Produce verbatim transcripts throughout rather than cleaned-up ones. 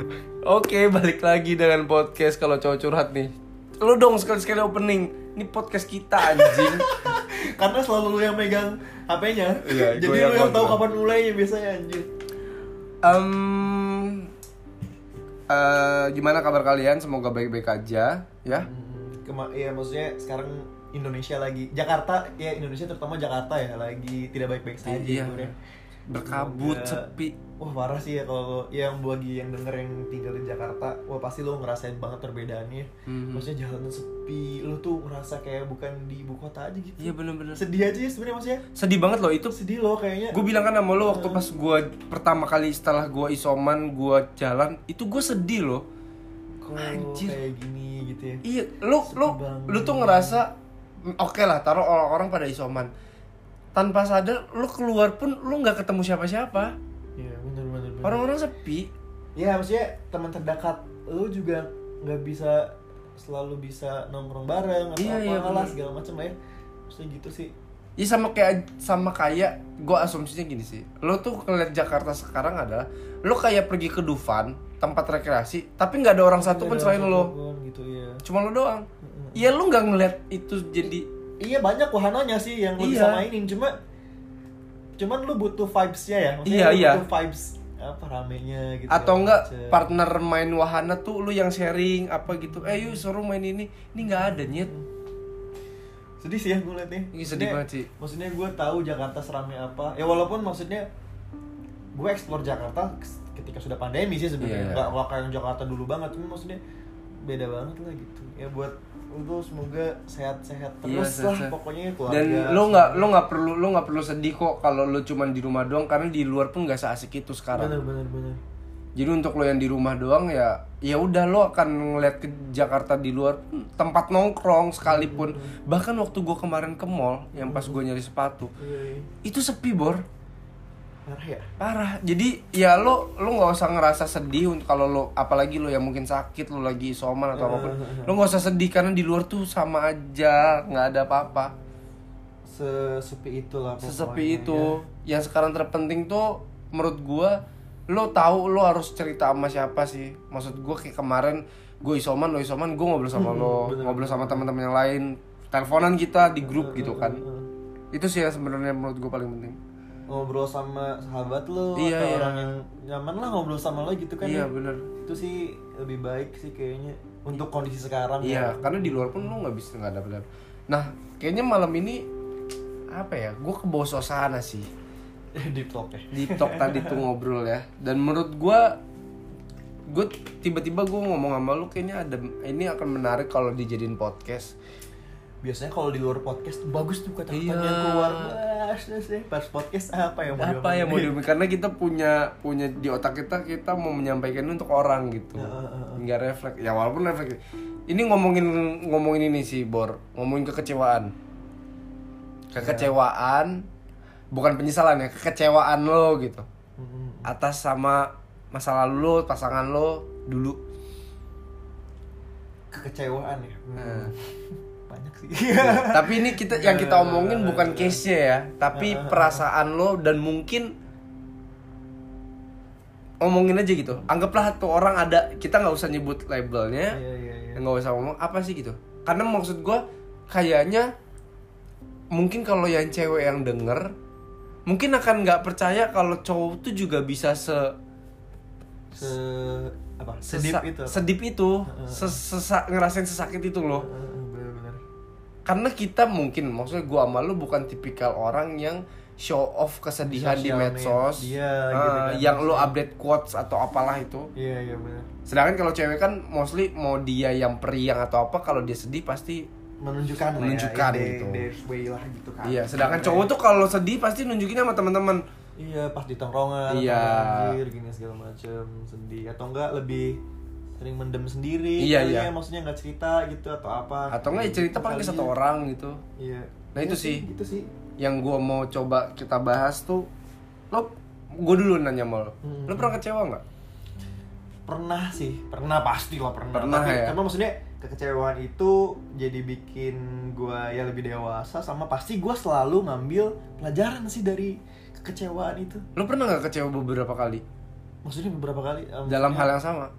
Oke, balik lagi dengan podcast Kalau Cowok Curhat nih. Lu dong sekali-sekali opening. Ini podcast kita anjing. Karena selalu lu yang megang H P-nya. Iya, Jadi gua lu yang yang tahu kontrol. kapan mulainya biasanya anjir. Um, uh, gimana kabar kalian? Semoga baik-baik aja, ya. Hmm, kema- ya maksudnya sekarang Indonesia lagi Jakarta ya Indonesia terutama Jakarta ya lagi tidak baik-baik saja Iya. gitu ya. Berkabut, Semoga- sepi. Wah parah sih ya kalau yang bagi yang denger yang tinggal di Jakarta, wah pasti lo ngerasain banget perbedaannya. Mhm. Maksudnya jalanan sepi, lo tuh ngerasa kayak bukan di ibu kota aja gitu. Iya bener-bener. Sedih aja ya sebenarnya maksudnya. Sedih banget loh itu. Sedih lo kayaknya. Gue bilang kan sama lo waktu pas gue pertama kali setelah gue isoman, gue jalan, itu gue sedih loh. Kok Anjir. kayak gini gitu ya. Iya, lu Sedih lu banget. lu tuh ngerasa oke lah, taruh orang-orang pada isoman. Tanpa sadar lu keluar pun lu nggak ketemu siapa-siapa. Iya benar benar. benar. Orang-orang sepi. Ya maksudnya teman terdekat lu juga nggak bisa selalu bisa nongkrong bareng atau Iya, apa iya, lah benar. segala macam lah ya. Maksudnya gitu sih. Ya sama kayak sama kayak gue asumsinya gini sih. Lu tuh ngeliat Jakarta sekarang adalah lu kayak pergi ke Dufan, tempat rekreasi, tapi nggak ada orang satu pun Nggak ada selain satu lo. pun gitu ya. Cuma lo doang. Mm-mm. Iya, lu nggak ngeliat itu jadi. Iya banyak wahananya sih yang lu Iya. bisa mainin, cuma cuman lu butuh vibes-nya ya. Maksudnya Iya, lu iya. butuh vibes apa ramenya gitu. Atau segala enggak macem. partner main wahana tuh lu yang sharing apa gitu. Eh yuk suruh main ini. Ini nggak ada nyet. Sedih sih ya gue liat nih. Ini sedih Maksudnya- banget sih. Maksudnya gue tahu Jakarta seramai apa. Ya walaupun maksudnya gue explore Jakarta ketika sudah pandemi sih sebenarnya. Iya. Nggak nggak kayak yang Jakarta dulu banget, cuma maksudnya beda banget lah gitu. Ya buat lu semoga sehat-sehat Iya, terus lah sehat-sehat. pokoknya keluarga. Dan lu nggak lu nggak perlu lu nggak perlu sedih kok kalau lu cuman di rumah doang, karena di luar pun nggak seasik itu sekarang. Bener bener bener. Jadi untuk lo yang di rumah doang ya ya udah lo akan ngeliat ke Jakarta di luar pun, tempat nongkrong sekalipun. Bahkan waktu gue kemarin ke mall yang pas gue nyari sepatu Iya, iya. itu sepi bor. Parah ya. Parah. Jadi ya lo lo nggak usah ngerasa sedih untuk kalau lo apalagi lo yang mungkin sakit, lo lagi isoman atau apapun. Lo nggak usah sedih karena di luar tuh sama aja, nggak ada apa-apa. Sesepi itulah pokoknya. Sesepi itu. Yang sekarang terpenting tuh menurut gua lo tahu lo harus cerita sama siapa sih. Maksud gua kayak kemarin gue isoman, lo isoman, gue ngobrol sama lo, bener. ngobrol sama teman-teman yang lain, teleponan kita di grup Hmm, gitu kan. Itu sih yang sebenarnya menurut gua paling penting. Ngobrol sama sahabat lo Iya, atau iya. orang yang nyaman lah ngobrol sama lo gitu kan. Iya ya. bener. Itu sih lebih baik sih kayaknya untuk kondisi sekarang. Iya, ya. karena di luar pun lo nggak bisa nggak dapet. Nah, kayaknya malam ini apa ya? Gue ke bawah suasana sih. Deep talk ya. Di talk tadi tuh ngobrol ya. Dan menurut gue, gue tiba-tiba gue ngomong sama lu kayaknya ada ini akan menarik kalau dijadiin podcast. Biasanya kalau di luar podcast bagus tuh kata-katanya Iya. keluar. Bas, bas, ya. Pas podcast apa yang mau Apa yang mau diomongin? Karena kita punya punya di otak kita kita mau menyampaikan untuk orang gitu. Heeh, Nggak refleks. Ya walaupun refleks. Ini ngomongin ngomongin ini sih Bor, ngomongin kekecewaan. Kekecewaan, bukan penyesalan ya, kekecewaan lo gitu. Mm-mm. Atas sama masa lalu lo, pasangan lo dulu. Kekecewaan ya. Hmm. Nah. Banyak sih. Tapi ini kita yang kita omongin bukan case-nya ya, tapi perasaan lo dan mungkin omongin aja gitu. Anggaplah tuh orang ada, kita nggak usah nyebut labelnya, Iya iya iya. nggak usah ngomong apa sih gitu. Karena maksud gue kayaknya mungkin kalau yang cewek yang denger mungkin akan nggak percaya kalau cowok tuh juga bisa se Se apa? Sedip sesa- itu. apa? sedip itu, ses- sesa- ngerasain sesakit itu loh. Heeh, bener-bener. Karena kita mungkin, maksudnya gue sama lu bukan tipikal orang yang show off kesedihan di, Di sosial medsos, media, Ah, gitu kan, yang lu maksudnya. update quotes atau apalah itu. Iya iya benar. Sedangkan kalau cewek kan mostly mau dia yang periang atau apa, kalau dia sedih pasti Menunjukkan, Menunjukkan lah ya. gitu. There's way lah gitu kan. iya. Sedangkan Kayak- cowok tuh kalau sedih pasti nunjukin sama teman-teman. Iya pas di tongkrongan Iya. atau anjir gini segala macem sedih atau enggak lebih sering mendem sendiri Iya, kali iya. ya, maksudnya nggak cerita gitu atau apa Atau enggak ya cerita Gitu paling kali satu ya. orang gitu. Iya Nah, Iya itu sih. gitu sih Yang gue mau coba kita bahas tuh, lo, gue dulu nanya sama lo, Hmm. lo pernah kecewa nggak? pernah sih pernah pasti lah pernah, Pernah, tapi ya? karena maksudnya kekecewaan itu jadi bikin gua ya lebih dewasa sama pasti gua selalu ngambil pelajaran sih dari kekecewaan itu. Lo pernah nggak kecewa beberapa kali? Maksudnya beberapa kali? Um, dalam ya. hal yang sama.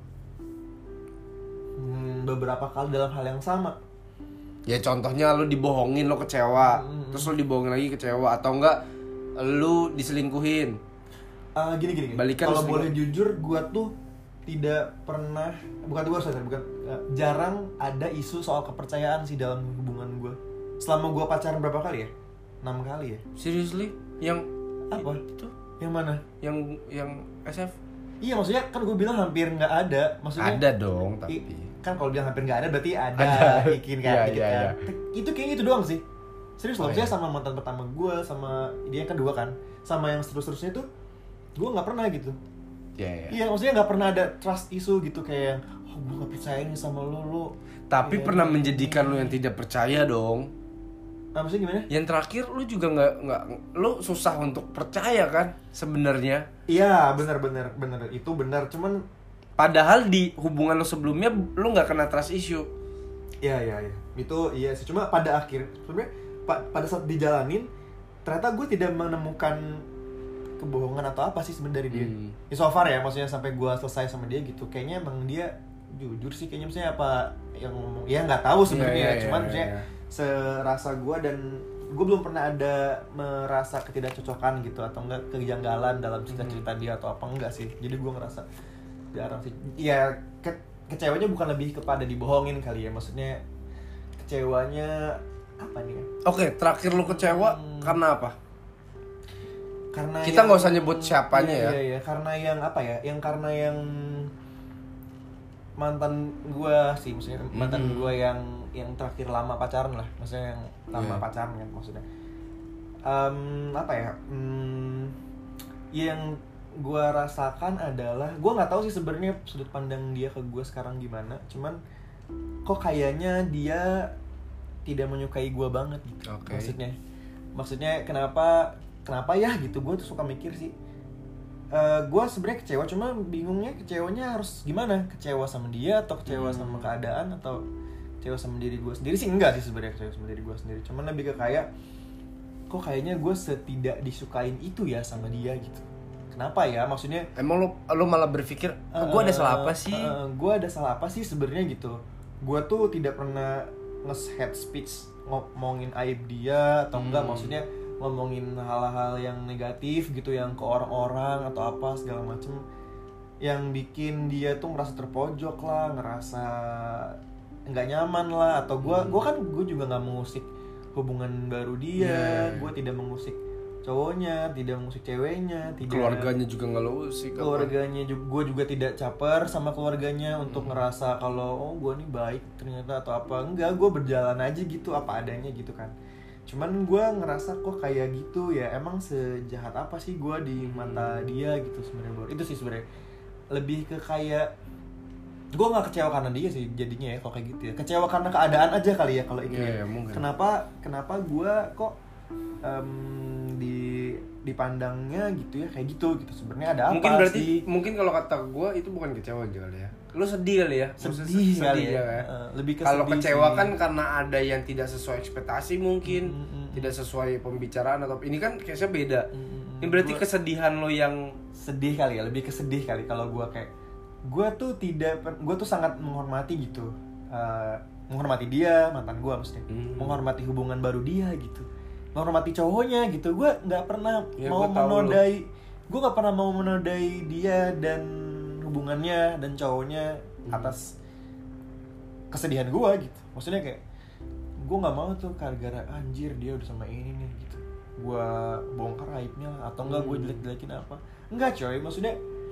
Hmm, beberapa kali dalam hal yang sama. Ya contohnya lu dibohongin, lu kecewa, Hmm. terus lu dibohongin lagi kecewa, atau enggak lu diselingkuhin. Uh, gini gini. gini. Balikan Kalau selingkuh. boleh jujur, gua tuh tidak pernah, bukan gua sadar, bukan uh, jarang ada isu soal kepercayaan sih dalam hubungan gua. Selama gua pacaran berapa kali ya? enam kali ya? Seriously? Yang Apa? itu? Yang mana? Yang yang S F? Iya, maksudnya kan gue bilang hampir nggak ada. Maksudnya Ada dong, i- tapi kan kalau bilang hampir nggak ada berarti ada, Ada. bikin kan, Iya, dikit iya, kan. iya. Itu kayaknya itu doang sih. Serius Oh, loh, maksudnya iya. sama mantan pertama gue, sama dia yang kedua kan, sama yang seterus-terusnya tuh gue nggak pernah gitu. ya ya. Iya, maksudnya nggak pernah ada trust issue gitu kayak, oh gue nggak percaya nih sama lo, lo. Tapi Iya, pernah iya. menjadikan lu yang tidak percaya dong. Nah, maksudnya gimana? Yang terakhir lu juga nggak nggak lu susah untuk percaya kan sebenarnya. Iya, benar-benar benar itu benar. Cuman Padahal di hubungan lu sebelumnya lu nggak kena trust issue. iya iya iya. Itu iya sih. Cuma pada akhir sebenarnya pa- pada saat dijalanin ternyata gue tidak menemukan kebohongan atau apa sih sebenarnya dari dia. Hmm. Ya, so far ya, maksudnya sampai gue selesai sama dia gitu. Kayaknya emang dia jujur sih, kayaknya maksudnya apa yang ngomong. Ya nggak tahu sebenarnya. Iya, iya, Cuman iya, maksudnya iya. serasa gue dan gue belum pernah ada merasa ketidakcocokan gitu atau enggak kejanggalan dalam cerita-cerita dia atau apa enggak sih. Jadi gue ngerasa jarang sih. Ya ke- kecewanya bukan lebih kepada dibohongin kali ya, maksudnya kecewanya apa nih ya? Oke, terakhir lu kecewa Hmm. karena apa? Karena Kita yang- nggak usah nyebut siapanya iya, ya. Iya, iya, karena yang apa ya? Yang karena yang mantan gua sih, maksudnya mantan Mhm. gua yang yang terakhir lama pacaran lah, maksudnya yang lama Iya. pacaran kan maksudnya. Em, apa ya? Hmm, yang gua rasakan adalah gua nggak tahu sih sebenarnya sudut pandang dia ke gua sekarang gimana, cuman kok kayaknya dia tidak menyukai gua banget gitu. Oke. Maksudnya maksudnya kenapa kenapa ya gitu, gue tuh suka mikir sih. Uh, gue sebenarnya kecewa, cuma bingungnya kecewanya harus gimana, kecewa sama dia atau kecewa Hmm. sama keadaan atau kecewa sama diri gue sendiri sih. Enggak sih sebenarnya kecewa sama diri gue sendiri, cuman lebih ke kayak kok kayaknya gue setidak disukain itu ya sama dia gitu. Kenapa ya, maksudnya Emang lu lu malah berpikir, oh, gue ada salah apa sih? Uh, gue ada salah apa sih sebenarnya gitu. Gue tuh tidak pernah nge-head speech ngomongin aib dia atau enggak, Hmm. maksudnya ngomongin hal-hal yang negatif gitu, yang ke orang-orang atau apa segala macem, yang bikin dia tuh ngerasa terpojok lah, ngerasa nggak nyaman lah. Atau gue Hmm. gue kan gue juga nggak mengusik hubungan baru dia, Yeah. gue tidak mengusik cowoknya, tidak mengusik ceweknya, tidak Keluarganya juga nggak lu sih. keluarganya juga, gue juga tidak caper sama keluarganya untuk ngerasa kalau oh gue nih baik ternyata atau apa. Enggak, gue berjalan aja gitu apa adanya gitu kan. Cuman gue ngerasa kok kayak gitu ya, emang sejahat apa sih gue di mata dia gitu sebenarnya, Bor. Itu sih sebenarnya lebih ke kayak gue nggak kecewa karena dia sih jadinya ya kalau kayak gitu ya, kecewa karena keadaan aja kali ya kalau itu. Iya, iya, mungkin. Kenapa kenapa gue kok em, di dipandangnya gitu ya kayak gitu gitu, sebenarnya ada apa Mungkin berarti sih? mungkin kalau kata gue itu bukan kecewa aja kali ya. Lu sedih kali ya. Maksudnya Sedih kali ya. ya. Eh, lebih ke Kalau sedih kecewa sih. kan karena ada yang tidak sesuai ekspektasi mungkin, Mm, mm, mm. tidak sesuai pembicaraan atau ini kan case-nya beda. Mm, mm, mm. Ini berarti Gua- kesedihan lo yang sedih kali ya, lebih ke sedih kali kalau gue kayak gue tuh tidak gue tuh sangat menghormati gitu. Eh, menghormati dia, mantan gue maksudnya, Hmm. menghormati hubungan baru dia gitu, menghormati cowoknya gitu. Gue nggak pernah Ya, mau gua tahu menodai, gue nggak pernah mau menodai dia dan hubungannya dan cowoknya Hmm. atas kesedihan gue gitu. Maksudnya kayak gue nggak mau tuh gara-gara anjir dia udah sama ini nih gitu, gue bongkar aibnya lah, atau enggak gue Hmm. jelek-jelekin apa. Enggak coy, maksudnya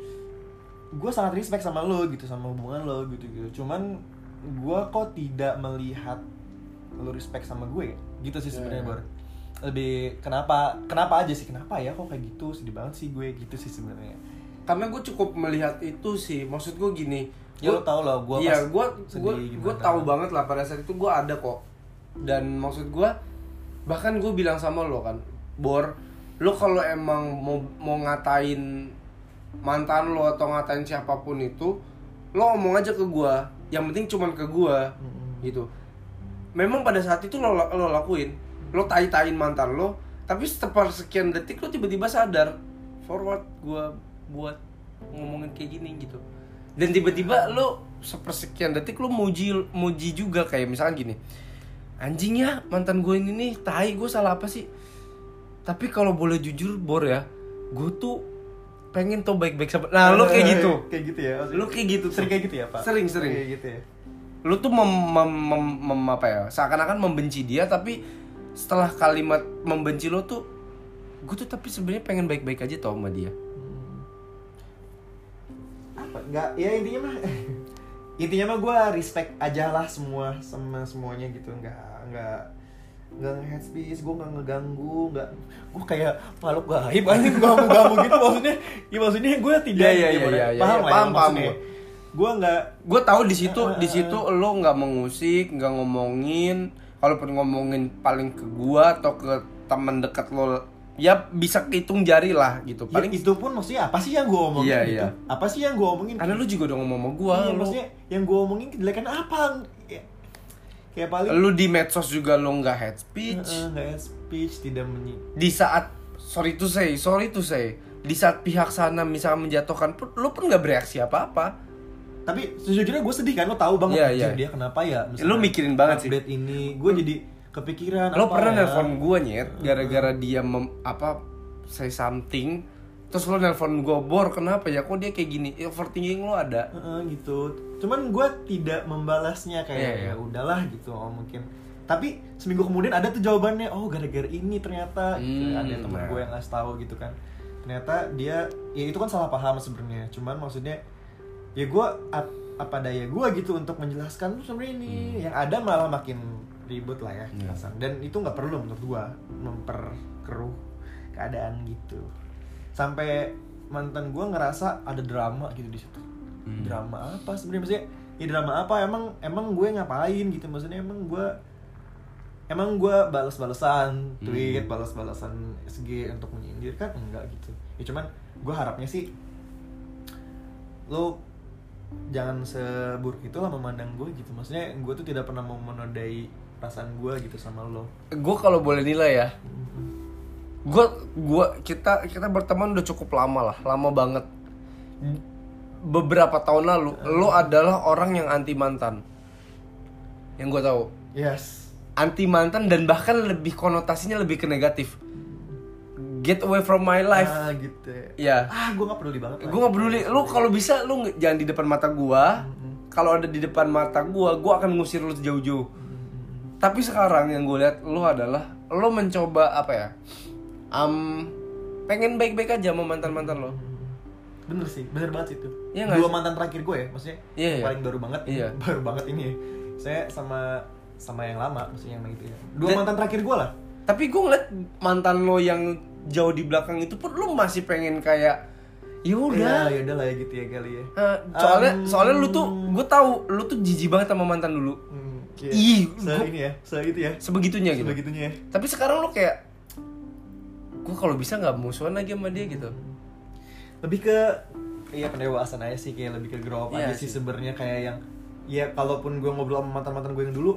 gue sangat respect sama lo gitu, sama hubungan lo gitu gitu. Cuman gue kok tidak melihat lo respect sama gue ya? Gitu sih sebenarnya, Yeah. Bor. Lebih kenapa kenapa aja sih, kenapa ya kok kayak gitu, sedih banget sih gue gitu sih sebenarnya. karena gue cukup melihat itu sih. Maksud gue gini, Ya gua- lo tau lah gue iya, gue sedih gue gimana gue kan. tahu banget lah pada saat itu gue ada kok. Dan maksud gue, bahkan gue bilang sama lo kan, Bor, lo kalau emang mau mau ngatain mantan lo atau ngatain siapapun itu, lo ngomong aja ke gue. Yang penting cuman ke gue, Mm-mm. gitu. Memang pada saat itu lo lo lakuin, lo tai-tain mantan lo, tapi setelah sekian detik lo tiba-tiba sadar, forward gue buat ngomongin kayak gini gitu. Dan tiba-tiba lo sepersekian detik lo muji muji juga, kayak misalkan gini, anjing ya mantan gue ini nih, tai, gue salah apa sih? Tapi kalau boleh jujur Bor ya, gue tuh pengen tau baik-baik sama. Nah lo kayak gitu, kayak gitu ya. lo kayak gitu, sering kayak gitu ya Pak? Sering sering. Kayak gitu ya. Lo tuh mem, mem, mem, mem apa ya? Seakan-akan membenci dia, tapi setelah kalimat membenci lo tuh, gue tuh tapi sebenarnya pengen baik-baik aja tau sama dia. Apa? Nggak, ya intinya mah intinya mah gue respect aja lah semua sama semuanya gitu, nggak nggak nggak nge-head speech, gue nggak ngeganggu, nggak, gue kayak makhluk gaib anjing, gue ngeganggu gitu maksudnya, ya maksudnya gue tidak, ya, ya, ya, ya, ya, paham ya, lah paham, ya, paham maksudnya gue nggak, gue tahu di situ di situ lo nggak mengusik, nggak ngomongin, kalaupun ngomongin paling ke gue atau ke teman dekat lo ya bisa hitung jari lah gitu. Paling ya, itu pun maksudnya apa sih yang gue omongin iya, gitu? Iya. Apa sih yang gue omongin? Karena lu juga udah ngomong sama gue. Iya, lu, maksudnya yang gue omongin kejelekan apa? Ya, kayak paling lu di medsos juga lu nggak head speech. Uh, nggak head speech, tidak menyi. Di saat sorry to say, sorry to say, di saat pihak sana misalnya menjatuhkan, lu pun nggak bereaksi apa-apa. Tapi sejujurnya gue sedih kan, lo tahu banget yeah, anjir yeah. dia kenapa ya? Lu mikirin banget sih. Update ini, gue jadi kepikiran. Lo apa pernah ya? nelpon gue nyet, gara-gara dia mem, apa say something, terus lo nelpon gue, Bor kenapa ya, kok dia kayak gini? Overthinking lo ada. Uh, gitu. Cuman gue tidak membalasnya, kayak yeah, yeah. ya udahlah gitu, oh mungkin. Tapi seminggu kemudian ada tuh jawabannya, oh gara-gara ini ternyata hmm, gitu. Ada temen nah. gue yang ngasih tahu gitu kan. Ternyata dia, ya itu kan salah paham sebenarnya. Cuman maksudnya ya gue ap, apa daya gue gitu untuk menjelaskan tuh sebenarnya ini. Hmm. Yang ada malah makin ribut lah ya. Hmm. Dan itu nggak perlu menurut gue memperkeruh keadaan gitu. Sampai mantan gue ngerasa ada drama gitu di situ. Hmm. Drama apa sebenarnya, maksudnya ya drama apa, emang emang gue ngapain gitu, maksudnya emang gue emang gue balas-balasan tweet, hmm. balas-balasan S G untuk menyindir kan enggak gitu. Ya cuman gue harapnya sih lo jangan seburuk itulah memandang gue gitu. Maksudnya gue tuh tidak pernah mau menodai perasaan gue gitu sama lo. Gue kalau boleh nilai ya, gue gue kita kita berteman udah cukup lama lah, lama banget. Beberapa tahun lalu, uh. lo adalah orang yang anti mantan, yang gue tahu. Yes. Anti mantan dan bahkan lebih konotasinya lebih ke negatif. Get away from my life. Ah gitu. Ya. Ah gue nggak peduli banget. Gue nggak peduli. Lu kalau bisa lu jangan di depan mata gue. Mm-hmm. Kalau ada di depan mata gue, gue akan ngusir lu sejauh-jauh. Mm-hmm. Tapi sekarang yang gue lihat lu adalah lu mencoba apa ya? Um, pengen baik-baik aja sama mantan-mantan lo. Bener sih, bener banget itu. Ya, dua sih? mantan terakhir gue ya, maksudnya yeah, yang paling yeah. baru banget, yeah. baru banget ini. Saya sama sama yang lama, maksudnya yang itu ya. Dua Dan, mantan terakhir gue lah. Tapi gue ngeliat mantan lo yang jauh di belakang itu pun lo masih pengen kayak ya udah, ya udah lah ya gitu ya kali ya. Uh, soalnya um, soalnya lu tuh, gue tahu lu tuh jijik banget sama mantan dulu. Hmm, yeah. Ih, se ini ya, se itu ya. Sebegitunya gitu. Sebegitunya ya. Tapi sekarang lu kayak gue kalau bisa nggak musuhan lagi sama dia gitu. Lebih ke iya pendewasaan aja sih, kayak lebih ke grow up yeah, aja sih sebenarnya, kayak yang ya kalaupun gue ngobrol sama mantan-mantan gue yang dulu,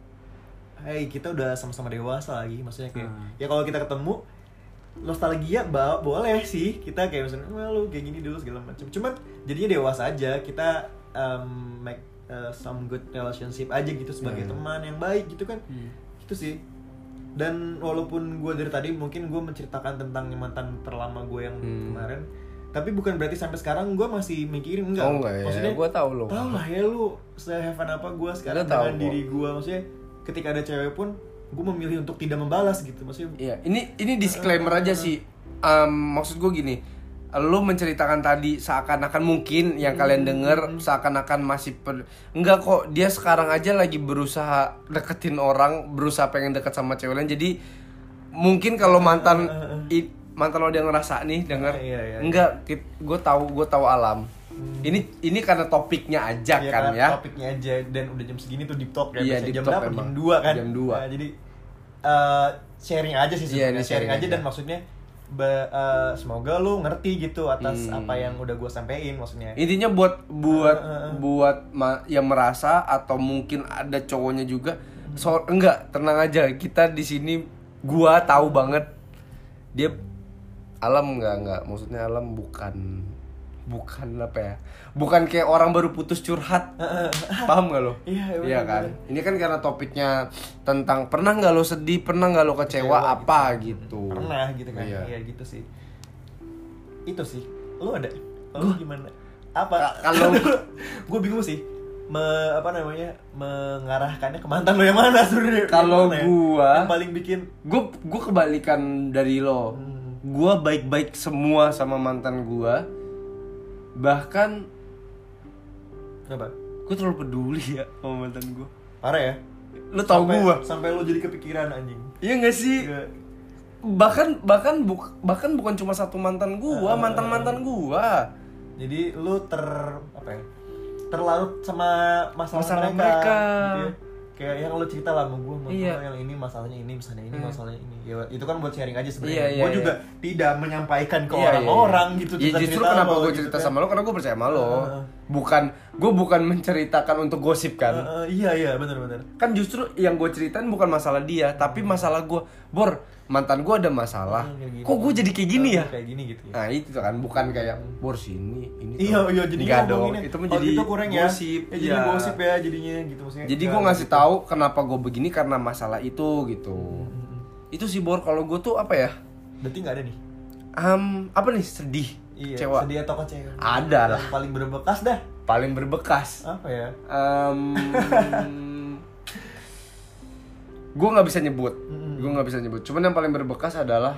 hey kita udah sama-sama dewasa lagi, maksudnya kayak hmm. ya kalau kita ketemu nostalgia bawa boleh sih, kita kayak misalnya wah lu kayak gini dulu segala macam, cuman jadinya dewasa aja, kita um, make uh, some good relationship aja gitu sebagai hmm. teman yang baik gitu kan. hmm. Gitu sih. Dan walaupun gue dari tadi mungkin gue menceritakan tentang mantan terlama gue yang hmm. kemarin, tapi bukan berarti sampai sekarang gue masih mikirin, enggak. Oh enggak ya, maksudnya gue tahu lo. Tahu lah ya lu se-heaven apa gue sekarang dengan diri gue, maksudnya ketika ada cewek pun gue memilih untuk tidak membalas gitu, maksudnya. Iya, ini ini disclaimer uh, aja uh, sih. Um, maksud gue gini, lo menceritakan tadi seakan-akan mungkin yang hmm, kalian denger hmm. seakan-akan masih per... enggak kok, dia sekarang aja lagi berusaha deketin orang, berusaha pengen deket sama cewek lain. Jadi mungkin kalau mantan uh, uh, uh. I, mantan lo dia ngerasa nih denger, uh, iya, iya, enggak, gue tahu gue tahu alam. Hmm. Ini ini karena topiknya aja iya, kan ya. Topiknya aja, dan udah jam segini tuh deep talk ya. Iya, deep jam talk berapa? Jam dua kan. Jam dua. Nah, jadi uh, sharing aja sih sebenarnya. Iya, sharing, sharing aja, aja dan maksudnya be, uh, semoga lu ngerti gitu atas hmm. apa yang udah gue sampein, maksudnya. Intinya buat buat uh, uh, uh. buat ma- yang merasa atau mungkin ada cowoknya juga. Hmm. So enggak, tenang aja. Kita di sini gua tahu banget dia Alam enggak enggak maksudnya Alam bukan bukan apa ya, bukan kayak orang baru putus curhat. Paham gak lo? Iya, iya kan. Ini kan karena topiknya tentang pernah nggak lo sedih, pernah nggak lo kecewa, kecewa apa gitu. gitu. Pernah gitu kan. Iya. Iya gitu sih. Itu sih. Lo ada? Lo gimana? Apa? Kalau gue bingung sih. Me, apa namanya? Mengarahkannya ke mantan lo yang mana sebenarnya? Kalau gua yang paling bikin gua gua kebalikan dari lo. Hmm. Gua baik-baik semua sama mantan gua. Bahkan apa? Gue terlalu peduli ya sama mantan gue. Parah ya? Lo tau gue? Sampai lo jadi kepikiran anjing. Iya gak sih? Gak. Bahkan bahkan bu, bahkan bukan cuma satu mantan gue, uh, mantan-mantan gue. Jadi lo ter apa ya? Terlarut sama masalah, masalah mereka, mereka. Gitu ya? Kayak yang lo cerita lah sama gue, iya. yang ini masalahnya ini, misalnya ini, hmm. masalahnya ini. Ya itu kan buat sharing aja sebenarnya. Iya, iya, gue iya. juga tidak menyampaikan ke iya, orang-orang iya. gitu. Ya justru kenapa gue cerita gitu, sama lo karena gue percaya sama lo. Uh. Bukan gue bukan menceritakan untuk gosip kan. Uh, uh, iya iya benar-benar. Kan justru yang gue ceritain bukan masalah dia, tapi masalah gue. Bor, mantan gue ada masalah. Hmm, kok gue jadi kayak gini ya? Kayak gini gitu ya. Nah itu kan bukan kayak bor sini ini. Iya iya jadi enggak dong. Itu menjadi oh, kurang gosip. Ya, ya jadi gosip ya jadinya gitu maksudnya. Jadi gue ngasih gitu. Tahu kenapa gue begini karena masalah itu gitu. Hmm. Itu sih bor kalau gue tuh apa ya? Berarti nggak ada nih. Um, apa nih sedih? Iya, kecewa. Sedih atau kecewa? Ada lah. Yang paling berbekas dah. Paling berbekas. Apa ya? Um, gue nggak bisa nyebut. Mm-hmm. Gue nggak bisa nyebut. Cuman yang paling berbekas adalah,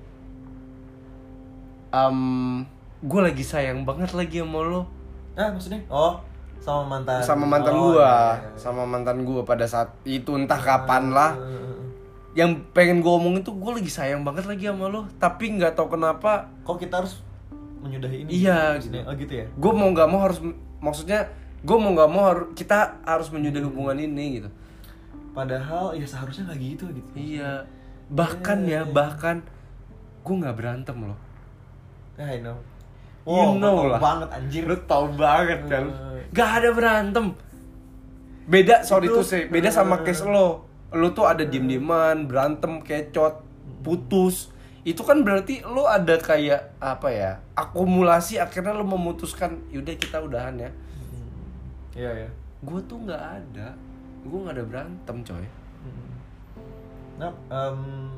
um, gue lagi sayang banget lagi sama lo. Ah maksudnya? Oh, sama mantan. Sama mantan oh, gue, iya, iya. sama mantan gue pada saat itu entah kapan lah. Yang pengen gue omongin tuh gue lagi sayang banget lagi sama lo, tapi nggak tahu kenapa. Kok kita harus menyudahi ini? Iya gitu. Oh gitu ya. Gue mau nggak mau harus, maksudnya gue mau nggak mau harus kita harus menyudahi hubungan ini gitu. Padahal ya seharusnya nggak gitu gitu. Iya. Bahkan yeah, ya, yeah. bahkan gue nggak berantem loh. I know. You oh, know lah. Banget anjir. Lu tau banget kan. Uh, gak ada berantem. Beda sorry itu sih. Beda sama case lo. Lo tuh ada diem-dieman, berantem, kecot, putus. Itu kan berarti lo ada kayak apa ya? Akumulasi akhirnya lo memutuskan, yaudah kita udahan ya. Iya ya. Gue tuh nggak ada. Gue nggak ada berantem coy. Nah, um,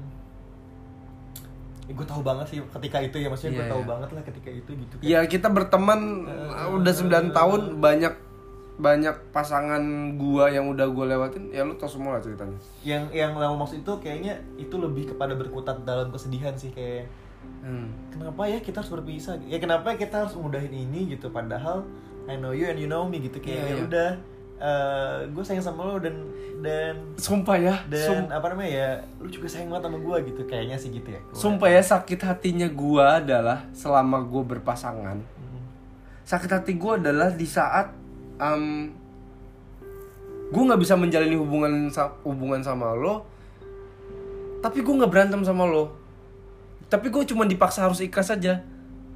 gue tahu banget sih ketika itu ya, maksudnya yeah, gue tahu yeah. banget lah ketika itu gitu kan. Ya kita berteman uh, udah sembilan uh, tahun, banyak banyak pasangan gua yang udah gua lewatin, ya lu tau semua lah ceritanya. Yang yang lo maksud itu kayaknya itu lebih kepada berkutat dalam kesedihan sih, kayak hmm. kenapa ya kita harus berpisah? Ya kenapa kita harus mudahin ini gitu, padahal I know you and you know me gitu, kayak yeah, ya yeah. udah uh, gue sayang sama lo dan dan sumpah ya dan sum- apa namanya ya, lu juga sayang banget sama gue gitu, kayaknya sih gitu ya. Sumpah ya, sakit hatinya gue adalah selama gue berpasangan, hmm. sakit hati gue adalah di saat um, gue nggak bisa menjalani hubungan hubungan sama lo, tapi gue nggak berantem sama lo, tapi gue cuma dipaksa harus ikhlas aja.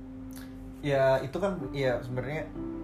Ya itu kan ya sebenarnya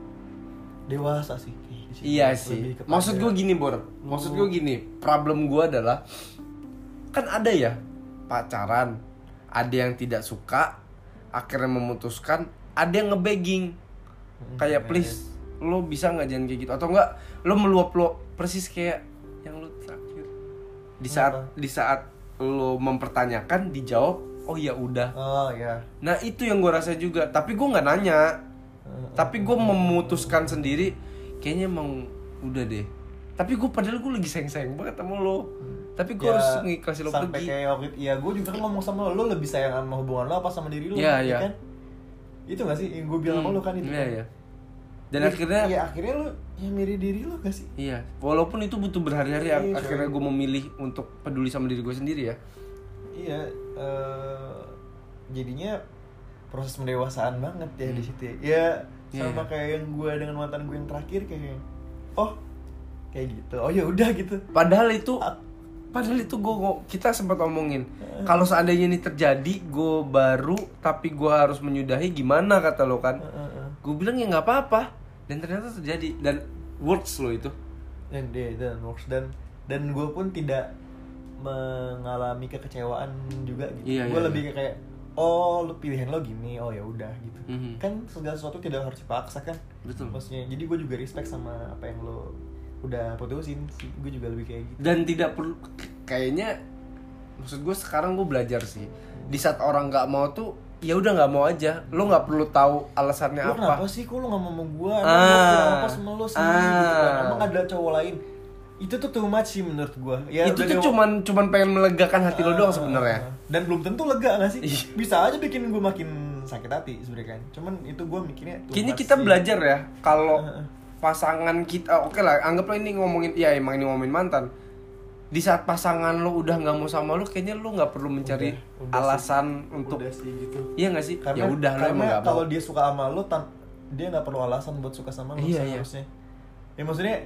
dewasa sih. Iya sih. Maksud gue gini, Bor. Maksud gue gini, problem gue adalah kan ada ya pacaran, ada yang tidak suka, akhirnya memutuskan, ada yang nge-begging. Kayak please, lo bisa nggak jangan kayak gitu, atau enggak lo meluap-luap persis kayak yang lo terakhir. Di saat Kenapa? di saat lo mempertanyakan dijawab, oh ya udah. Oh ya. Nah itu yang gue rasa juga, tapi gue nggak nanya, uh, tapi gue memutuskan sendiri. Kayaknya emang udah deh. Tapi gue padahal gue lagi sayang-sayang banget sama lo. Hmm. Tapi gue ya, harus ngikhlasin lo pergi. Sampai kayak waktu itu, ya gue juga kan ngomong sama lo, lo lebih sayang sama hubungan lo apa sama diri lo? Iya, iya. Kan? Itu gak sih yang gue bilang hmm. sama lo kan itu? Iya, kan? iya. Dan ya, akhirnya ya akhirnya lo yang mirip diri lo gak sih? Iya. Walaupun itu butuh berhari-hari, iya, akhirnya gue memilih untuk peduli sama diri gue sendiri ya. Iya. Uh, jadinya proses pendewasaan banget ya hmm. di situ ya. Ya sama yeah. kayak yang gue dengan mantan gue yang terakhir, kayak oh kayak gitu, oh ya udah gitu. Padahal itu A- padahal itu gue kita sempat ngomongin uh, kalau seandainya ini terjadi gue baru tapi gue harus menyudahi gimana kata lo kan. uh, uh, uh. Gue bilang ya nggak apa-apa, dan ternyata terjadi dan works lo itu. Dan dia dan works dan dan gue pun tidak mengalami kekecewaan juga gitu. Iya, gue iya, lebih iya. kayak oh lu pilihan lo gini, oh ya udah gitu. Mhm. Kan segala sesuatu tidak harus dipaksa kan. Betul. Maksudnya jadi gue juga respect sama apa yang lo udah putusin sih, gue juga lebih kayak gitu. Dan tidak perlu, kayaknya maksud gue sekarang gue belajar sih, di saat orang nggak mau tuh ya udah nggak mau aja, lo nggak perlu tahu alasannya Lo apa. kenapa sih, kok lo nggak mau sama gue, emang Ah. lo kurang apa sama lo sih, Ah. gitu kan. Emang ada cowok lain, itu tuh too much sih menurut gue ya. Itu udah tuh dewa- cuman cuman pengen melegakan hati lo doang sebenarnya. Dan belum tentu lega gak sih? Iya. Bisa aja bikin gue makin sakit hati sebenarnya kan. Cuman itu gue mikirnya too Kayaknya much kita sih. belajar ya kalau Heeh. pasangan kita, oke lah, anggaplah ini ngomongin, ya emang ini ngomongin mantan. Di saat pasangan lo udah nggak mau sama lo, kayaknya lo nggak perlu mencari Udah, udah alasan sih. untuk, Udah sih gitu. iya nggak sih? Karena, Ya udah lo emang karena nggak mau. kalau dia suka sama lo, tan- dia nggak perlu alasan buat suka sama lo. Iya, iya. seharusnya. Ya maksudnya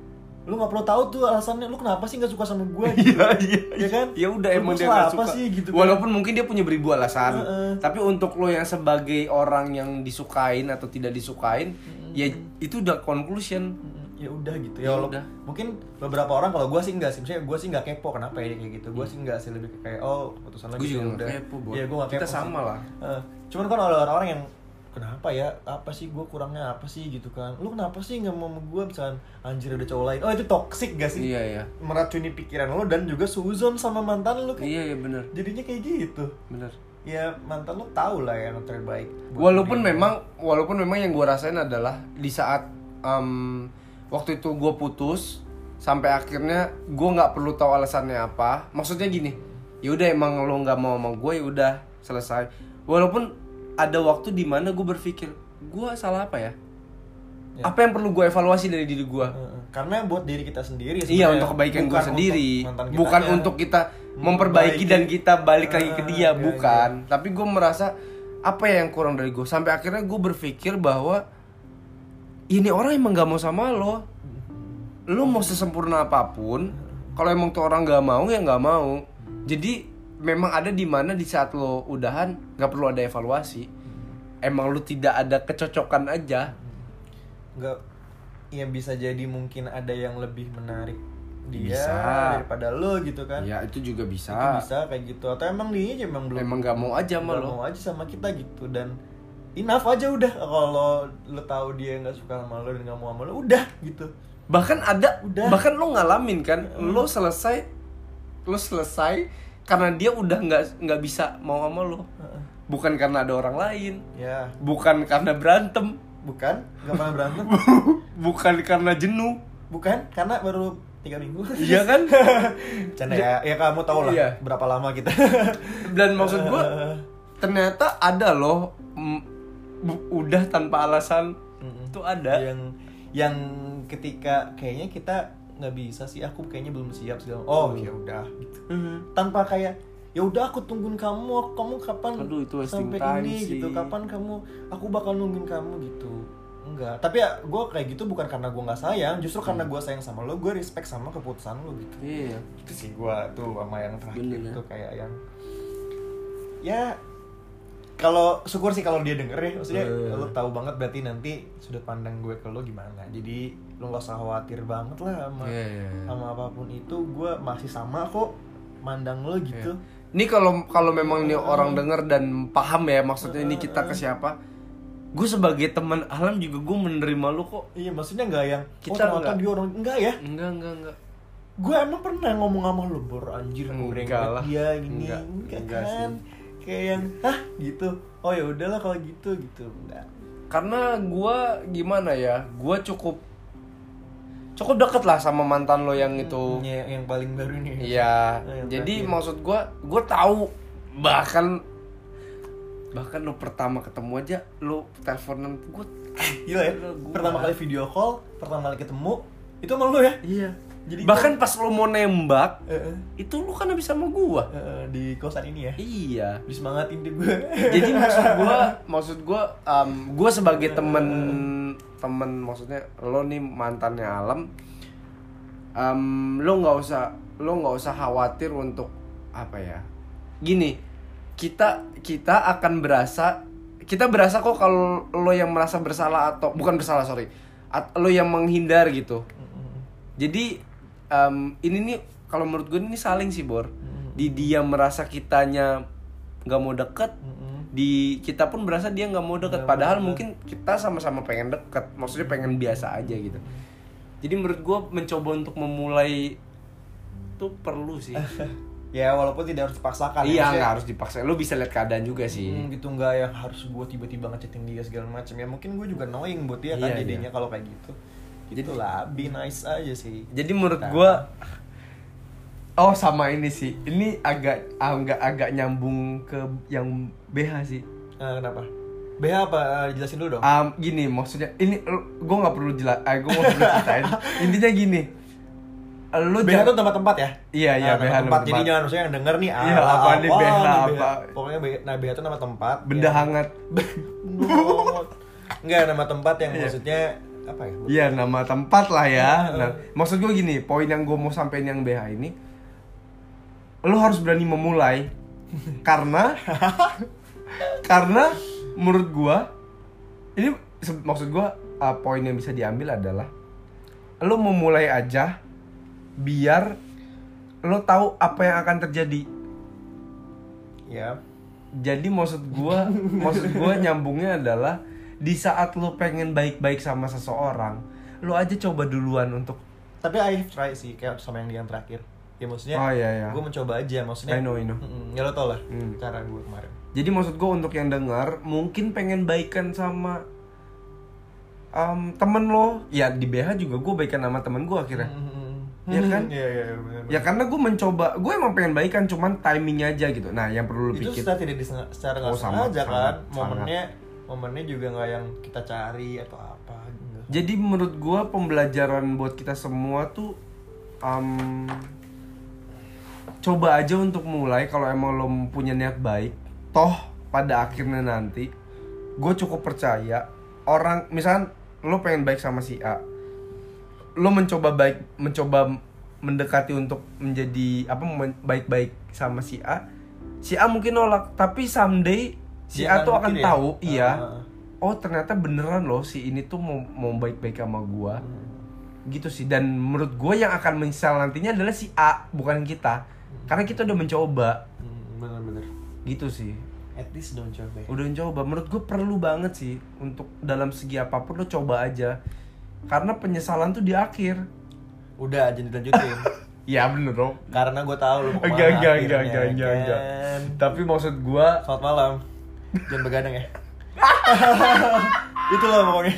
lu nggak perlu tahu tuh alasannya, lu kenapa sih nggak suka sama gue? Iya iya. Ya kan? Ya udah Lu emang dia salah nggak apa suka. sih gitu kan? Walaupun mungkin dia punya beribu alasan, Heeh. tapi untuk lo yang sebagai orang yang disukain atau tidak disukain, ya itu udah conclusion. Mm, ya udah gitu Ya ya, walaupun- udah. mungkin beberapa orang, kalau gue sih enggak sih, misalnya gue sih nggak kepo kenapa ya dia kayak gitu, gue sih enggak sih, lebih kayak oh keputusan lo Gue gitu, juga ya nggak udah. kepo, Bo. Iya, gue nggak Kita kepo sama sih. lah. Heeh. Cuman kan ada orang-orang yang kenapa ya, apa sih gue kurangnya apa sih gitu kan, lu kenapa sih nggak mau sama gue, misalkan anjir ada cowok lain, oh itu toxic gak sih? Iya iya. Meracuni pikiran lo dan juga suzon sama mantan lo kan. Iya iya benar. Jadinya kayak gitu. Benar. Ya mantan lo tahu lah yang terbaik buat Walaupun diri lo. memang walaupun memang yang gue rasain adalah di saat em, waktu itu gue putus sampai akhirnya gue nggak perlu tahu alasannya apa. Maksudnya gini, ya udah emang lo nggak mau sama gue, ya udah selesai. Walaupun ada waktu di mana gue berpikir gue salah apa ya? Ya. Apa yang perlu gue evaluasi dari diri gue? Heeh. Karena buat diri kita sendiri Iya, sebenarnya. untuk kebaikan gue Bukan sendiri, untuk mantan kitanya. bukan untuk kita memperbaiki Memperbaiki. dan kita balik lagi ke Ah, dia, iya, bukan. Tapi gue merasa apa yang kurang dari gue, sampai akhirnya gue berpikir bahwa ini orang emang gak mau sama lo. Lo mau sesempurna apapun, kalau emang tuh orang gak mau ya gak mau. Jadi memang ada di mana di saat lo udahan gak perlu ada evaluasi. Emang lo tidak ada kecocokan aja. Nggak, ya bisa jadi mungkin ada yang lebih menarik dia Bisa. daripada lo gitu kan. Ya itu juga bisa. Itu bisa kayak gitu, atau emang dia aja emang belum Emang gak mau aja sama nggak lo. mau aja sama kita gitu. Dan enough aja udah, kalau lo tahu dia nggak suka sama lo dan nggak mau sama lo, udah gitu. Bahkan ada, Udah. bahkan lo ngalamin kan, lo selesai, lo selesai karena dia udah nggak nggak bisa mau sama lo, Heeh. bukan karena ada orang lain, Ya bukan karena berantem, bukan nggak pernah berantem, bukan karena jenuh, bukan karena baru tiga minggu. iya kan? Canda ya, ya kamu tahu lah Iya. berapa lama kita. Dan maksud gua ternyata ada loh, mm, bu- udah tanpa alasan Mm-mm. tuh ada. yang yang ketika kayaknya kita nggak bisa sih, aku kayaknya belum siap segala, oh ya udah gitu, Mhm. tanpa kayak ya udah aku tungguin kamu, kamu kapan Aduh, itu wasting sampai time ini sih. gitu, kapan kamu, aku bakal nungguin kamu gitu. Enggak, tapi ya gue kayak gitu bukan karena gue nggak sayang, justru karena gue sayang sama lo, gue respect sama keputusan lo gitu. Iya. Itu sih gue tuh sama yang terakhir Bener, itu kayak yang ya kalau syukur sih kalau dia denger ya, maksudnya Eh. lo tahu banget berarti nanti sudut pandang gue ke lo gimana, jadi lo nggak usah khawatir banget lah sama Iya, iya, iya. sama apapun itu, gue masih sama kok mandang lo gitu. Ini kalau kalau memang ini orang denger dan paham ya maksudnya ini kita ke siapa, gue sebagai teman Alam juga gue menerima lu kok. Iya, maksudnya nggak yang Kita oh ternyata nggak. dia orang, enggak ya. Enggak enggak enggak. Gue emang pernah ngomong sama lo, bor anjir gue Enggak lah. dia gini, Enggak. enggak, Enggak kan kayak yang hah gitu, oh ya udahlah kalau gitu gitu, enggak. Karena gue gimana ya, gue cukup cukup deket lah sama mantan lo yang itu. Ya, yang paling baru nih. Iya. Nah, yang Jadi terakhir. maksud gue, gue tahu bahkan bahkan lo pertama ketemu aja lo teleponan gue. Gila ya, Gua- pertama kali video call, pertama kali ketemu, itu sama lo ya? Iya. Jadi Bahkan pas lo mau nembak, Eh, eh, itu lo kan habis sama gue. eh, di kosan ini ya, Iya. disemangatin di gue. Jadi maksud gue, maksud gue, um, gue sebagai temen, temen maksudnya lo nih mantannya Alam, um, lo nggak usah, lo nggak usah khawatir untuk apa ya? Gini, kita kita akan berasa, kita berasa kok kalau lo yang merasa bersalah atau bukan bersalah sorry, at, lo yang menghindar gitu. Jadi um, ini nih kalau menurut gue ini saling sih Bor. Di dia merasa kitanya nggak mau deket, di kita pun berasa dia nggak mau deket, padahal mungkin kita sama-sama pengen deket, maksudnya pengen biasa aja gitu. Jadi menurut gue mencoba untuk memulai tuh perlu sih. Ya walaupun tidak harus dipaksakan. Iya, nggak harus dipaksa. Lu bisa lihat keadaan juga sih. Hmm, gitu nggak yang harus gue tiba-tiba ngechatin dia segala macam. Ya mungkin gue juga knowing buat dia kan iya, jadinya iya. kalau kayak gitu. Gitulah, be nice aja sih. Jadi menurut Nah. gue, oh sama ini sih. Ini agak agak agak nyambung ke yang B H sih. Uh, kenapa? B H apa? Uh, jelasin dulu dong. Um, gini maksudnya, ini gue nggak perlu jelas, eh, gue nggak perlu ceritain. Intinya gini. Lu B H itu tempat-tempat ya? Iya, iya, nah, B H tempat. tempat. Jadi jangan maksudnya yang denger nih ah, Iya, apa nih B H, nih apa. Pokoknya B H, nah B H itu nama tempat. Benda yang... hangat. Enggak, nama tempat yang Iya. maksudnya apa ya? Iya, nama tempat lah ya. Iya. Nah, maksud gue gini, poin yang gue mau sampein yang B H ini, lu harus berani memulai. Karena karena menurut gue ini se- maksud gue uh, poin yang bisa diambil adalah lu memulai aja biar lu tahu apa yang akan terjadi. Ya. Jadi maksud gue maksud gue nyambungnya adalah di saat lu pengen baik-baik sama seseorang, lu aja coba duluan untuk. Tapi I try sih kayak sama yang di yang terakhir. Ya maksudnya Oh iya iya. gue mencoba aja maksudnya. I know, I know. Mm-mm, ya lo tau lah Hmm. cara gue kemarin. Jadi maksud gue untuk yang dengar mungkin pengen baikan sama um, temen lo, ya di B H juga gue baikan sama temen gue akhirnya. Ya kan? Iya iya benar. Ya karena gue mencoba, gue emang pengen baikan, cuman timingnya aja gitu. Nah yang perlu lo Itu pikir. secara tidak disengaja, secara nggak Oh, sama, sengaja sangat, kan. sangat. Momennya momennya juga nggak yang kita cari atau apa. Enggak. Jadi menurut gue pembelajaran buat kita semua tuh um, coba aja untuk mulai kalau emang lo punya niat baik. Toh pada akhirnya nanti gue cukup percaya orang, misalkan lo pengen baik sama si A, lo mencoba baik, mencoba mendekati untuk menjadi apa men- baik-baik sama si A, si A mungkin nolak, tapi someday si Dia A tuh akan akan mikir ya? tahu, iya, Ah. oh ternyata beneran loh si ini tuh mau mau baik-baik sama gua, Hmm. gitu sih. Dan menurut gua yang akan menyesal nantinya adalah si A, bukan kita, karena kita udah mencoba, Hmm, bener-bener. gitu sih. At least don't coba. Ya. Udah mencoba, menurut gua perlu banget sih untuk dalam segi apapun lo coba aja, karena penyesalan tuh di akhir. Udah jangan dilanjutin. Ya bener dong. Karena gue tahu lu mau kemana Enggak, enggak, akhirnya, enggak, enggak, enggak, kan? enggak. Tapi maksud gua, Selamat malam. Jangan begadang ya. Itu lah pokoknya.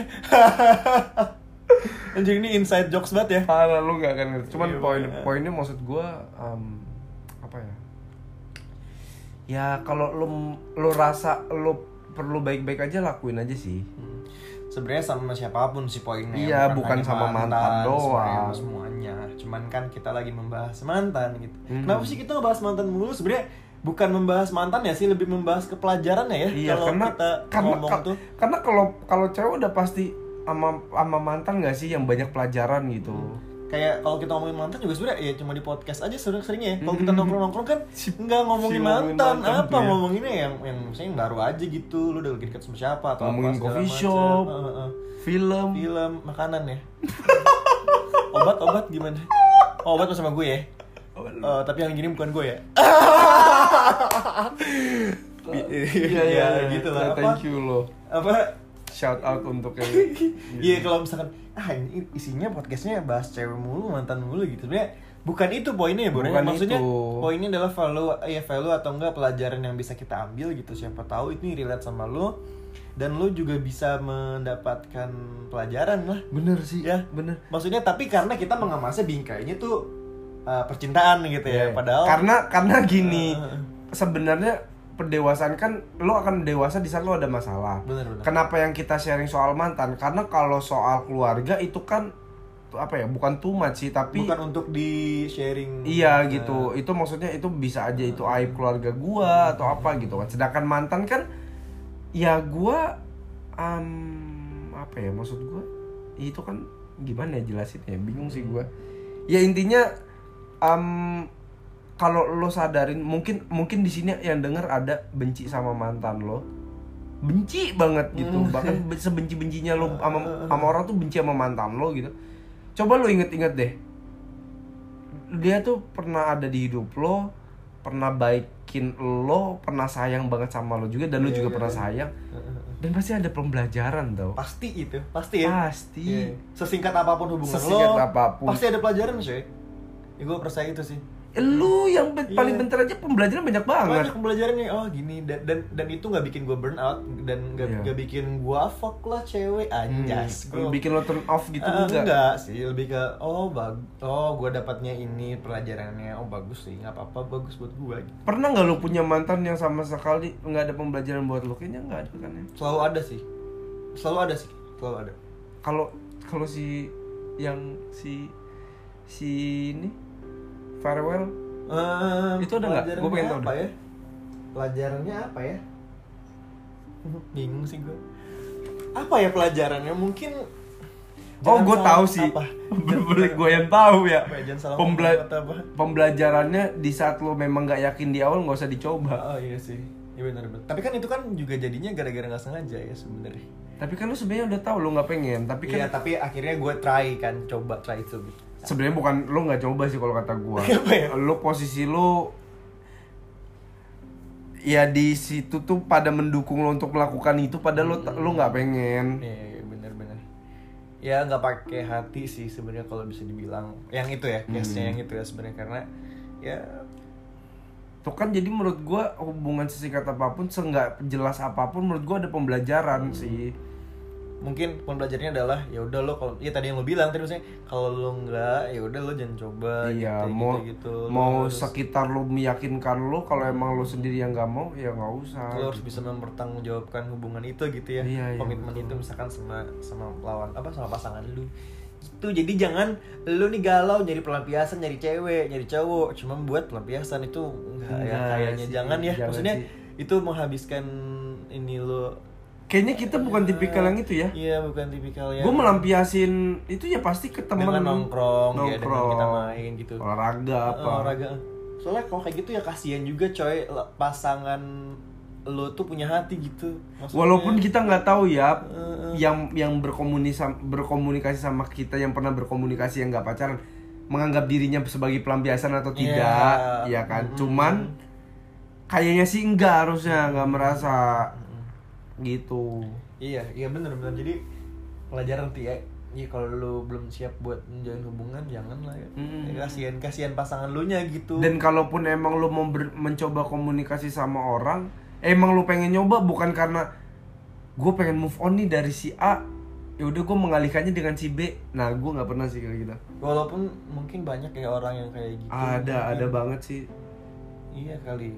Anjing ini inside jokes banget ya. parah lu gak akan ngerti. Cuman Iya, poin bener. poinnya maksud gua um, apa ya? Ya kalau lu lu rasa lu perlu baik-baik aja, lakuin aja sih. Hmm. Sebenarnya sama siapapun sih poinnya. Iya, bukan hanya sama mantan doang. semuanya, semuanya. Cuman kan kita lagi membahas mantan gitu. Hmm. Kenapa sih kita ngebahas mantan mulu? Sebenarnya bukan membahas mantan ya sih, lebih membahas kepelajarannya ya. Iya, kalau karena kita karena ngomong ka- tuh. karena kalau kalau cewek udah pasti sama sama mantan gak sih yang banyak pelajaran gitu. Kayak kalau kita ngomongin mantan juga sebenarnya ya cuma di podcast aja sering-seringnya. Kalau kita Hmm. nongkrong-nongkrong kan Si- nggak ngomongin si ngomongin mantan, mantan apa tuh ya. ngomonginnya yang yang misalnya yang baru aja gitu. Lu udah lagi dekat sama siapa atau Ngomongin apa segala coffee macam. shop. Heeh, heeh. Film. Film, makanan ya. Obat-obat gimana? Oh, obat sama gue ya. Eh, tapi yang gini bukan gue ya. Iya iya gitu lah. Apa? Thank you lo. Apa? Shout out untuk yang Iya, kalau misalkan ah ini isinya podcastnya bahas cewek mulu, mantan mulu gitu. Sebenarnya bukan itu poinnya ya, Bro. Bukan Maksudnya itu. poinnya adalah value ya value atau enggak pelajaran yang bisa kita ambil gitu. Siapa tahu ini relate sama lo dan lo juga bisa mendapatkan pelajaran lah. Bener sih Ya. bener. Maksudnya tapi karena kita mengemasnya bingkainya tuh uh, percintaan gitu ya. Iya. Padahal karena karena gini, Uh, sebenarnya pendewasaan kan lo akan dewasa di saat lo ada masalah. Bener-bener. Kenapa yang kita sharing soal mantan? Karena kalau soal keluarga itu kan tuh apa ya? Bukan too much sih, tapi bukan untuk di sharing. iya gitu. Itu maksudnya itu bisa aja itu aib keluarga gua atau apa gitu kan. Sedangkan mantan kan ya gua um, apa ya maksud gua? Itu kan gimana ya jelasinnya? Bingung sih gua. Ya intinya um, kalau lo sadarin mungkin mungkin di sini yang denger ada benci sama mantan lo, benci banget gitu, bahkan be- sebenci-bencinya lo sama sama orang tuh benci sama mantan lo gitu. Coba lo inget-inget deh, dia tuh pernah ada di hidup lo, pernah baik bikin lo pernah sayang banget sama lo juga dan lo Iya, juga iya, pernah iya. sayang. Dan pasti ada pembelajaran tau. Pasti itu, pasti ya. Pasti. Iya. Sesingkat apapun hubungan Sesingkat lo, apapun. pasti ada pelajaran sih. Ya gue percaya itu sih. Lu yang be- Iya. paling bentar aja pembelajaran banyak banget. Banyak pembelajarannya. Oh gini dan dan, dan itu nggak bikin gue burn out dan nggak Iya. nggak bikin gue fuck lah cewek anjas. Hmm, Gua- bikin lo turn off gitu Ah, enggak? enggak sih, lebih ke oh bag oh gue dapatnya ini pelajarannya, oh bagus sih, nggak apa-apa, bagus buat gue gitu. Pernah nggak lo punya mantan yang sama sekali nggak ada pembelajaran buat lo? Kayaknya nggak ada kan ya. Selalu ada sih, selalu ada sih, selalu ada. Kalau kalau si yang si si ini farewell Eh, Itu ada nggak? pelajarannya Gua pengen tahu apa deh. ya? Pelajarannya apa ya? Bingung sih gue. Apa ya pelajarannya? Mungkin Oh, jangan gue salah- tahu sih. Apa? Bener gue yang tahu ya. Apa ya? Jangan salah Pembela- ngomong atau apa? Pembelajarannya di saat lo memang nggak yakin di awal nggak usah dicoba. Oh iya sih. Iya benar benar. Tapi kan itu kan juga jadinya gara-gara nggak sengaja ya sebenarnya. Tapi kan lo sebenarnya udah tahu lo nggak pengen. Tapi kan Iya, tapi akhirnya gue try kan, coba try itu gitu. sebenarnya bukan lo nggak coba sih kalau kata gue. Apa ya? Lo posisi lo ya di situ tuh pada mendukung lo untuk melakukan itu padahal lo lo nggak pengen. Iya, bener-bener. Ya nggak pakai hati sih sebenarnya kalau bisa dibilang. Yang itu ya, case-nya Hmm. yang itu ya sebenarnya karena ya Tuh kan jadi menurut gue hubungan sesingkat apapun, seenggak jelas apapun menurut gue ada pembelajaran sih. mungkin pembelajarannya adalah ya udah lo kalau ya tadi yang lo bilang tadi maksudnya kalau lo nggak ya udah lo jangan coba Iya, gitu, mau gitu, gitu. Lo mau harus- sekitar lo meyakinkan lo kalau emang lo sendiri yang nggak mau ya nggak usah. lo harus bisa mempertanggungjawabkan hubungan itu gitu ya, Iya, iya, komitmen betul. itu misalkan sama sama lawan apa sama pasangan lu itu. Jadi jangan lu nih galau nyari pelampiasan, nyari cewek, nyari cowok cuma buat pelampiasan, itu enggak ya Enggak kayaknya sih, jangan ya jangan maksudnya sih. itu menghabiskan ini lo. Kayaknya kita bukan tipikal yang itu ya. Iya, bukan tipikal yang Gue melampiasin itu ya pasti ke temen dengan nongkrong, ya dengan nongkrong, kita main gitu. olahraga apa. Uh, olahraga. Soalnya kalau kayak gitu ya kasihan juga coy, l- pasangan lo tuh punya hati gitu. Maksudnya, Walaupun kita nggak tahu ya, Uh, uh. yang yang berkomunikasi berkomunikasi sama kita, yang pernah berkomunikasi yang nggak pacaran, menganggap dirinya sebagai pelampiasan atau Iya. tidak, ya kan? Mm-mm. Cuman kayaknya sih enggak, harusnya nggak merasa gitu. Iya, iya benar-benar. Jadi pelajaran tuh ya. Iya kalau lu belum siap buat menjalin hubungan jangan lah ya. Mm. Ya, kasihan kasihan pasangan lu nya gitu. Dan kalaupun emang lu mau ber- mencoba komunikasi sama orang, emang lu pengen nyoba bukan karena gue pengen move on nih dari si A, ya udah gue mengalihkannya dengan si B. Nah, gue nggak pernah sih kayak gitu. Walaupun mungkin banyak ya orang yang kayak gitu. Ada, Mungkin- ada banget sih. Iya kali.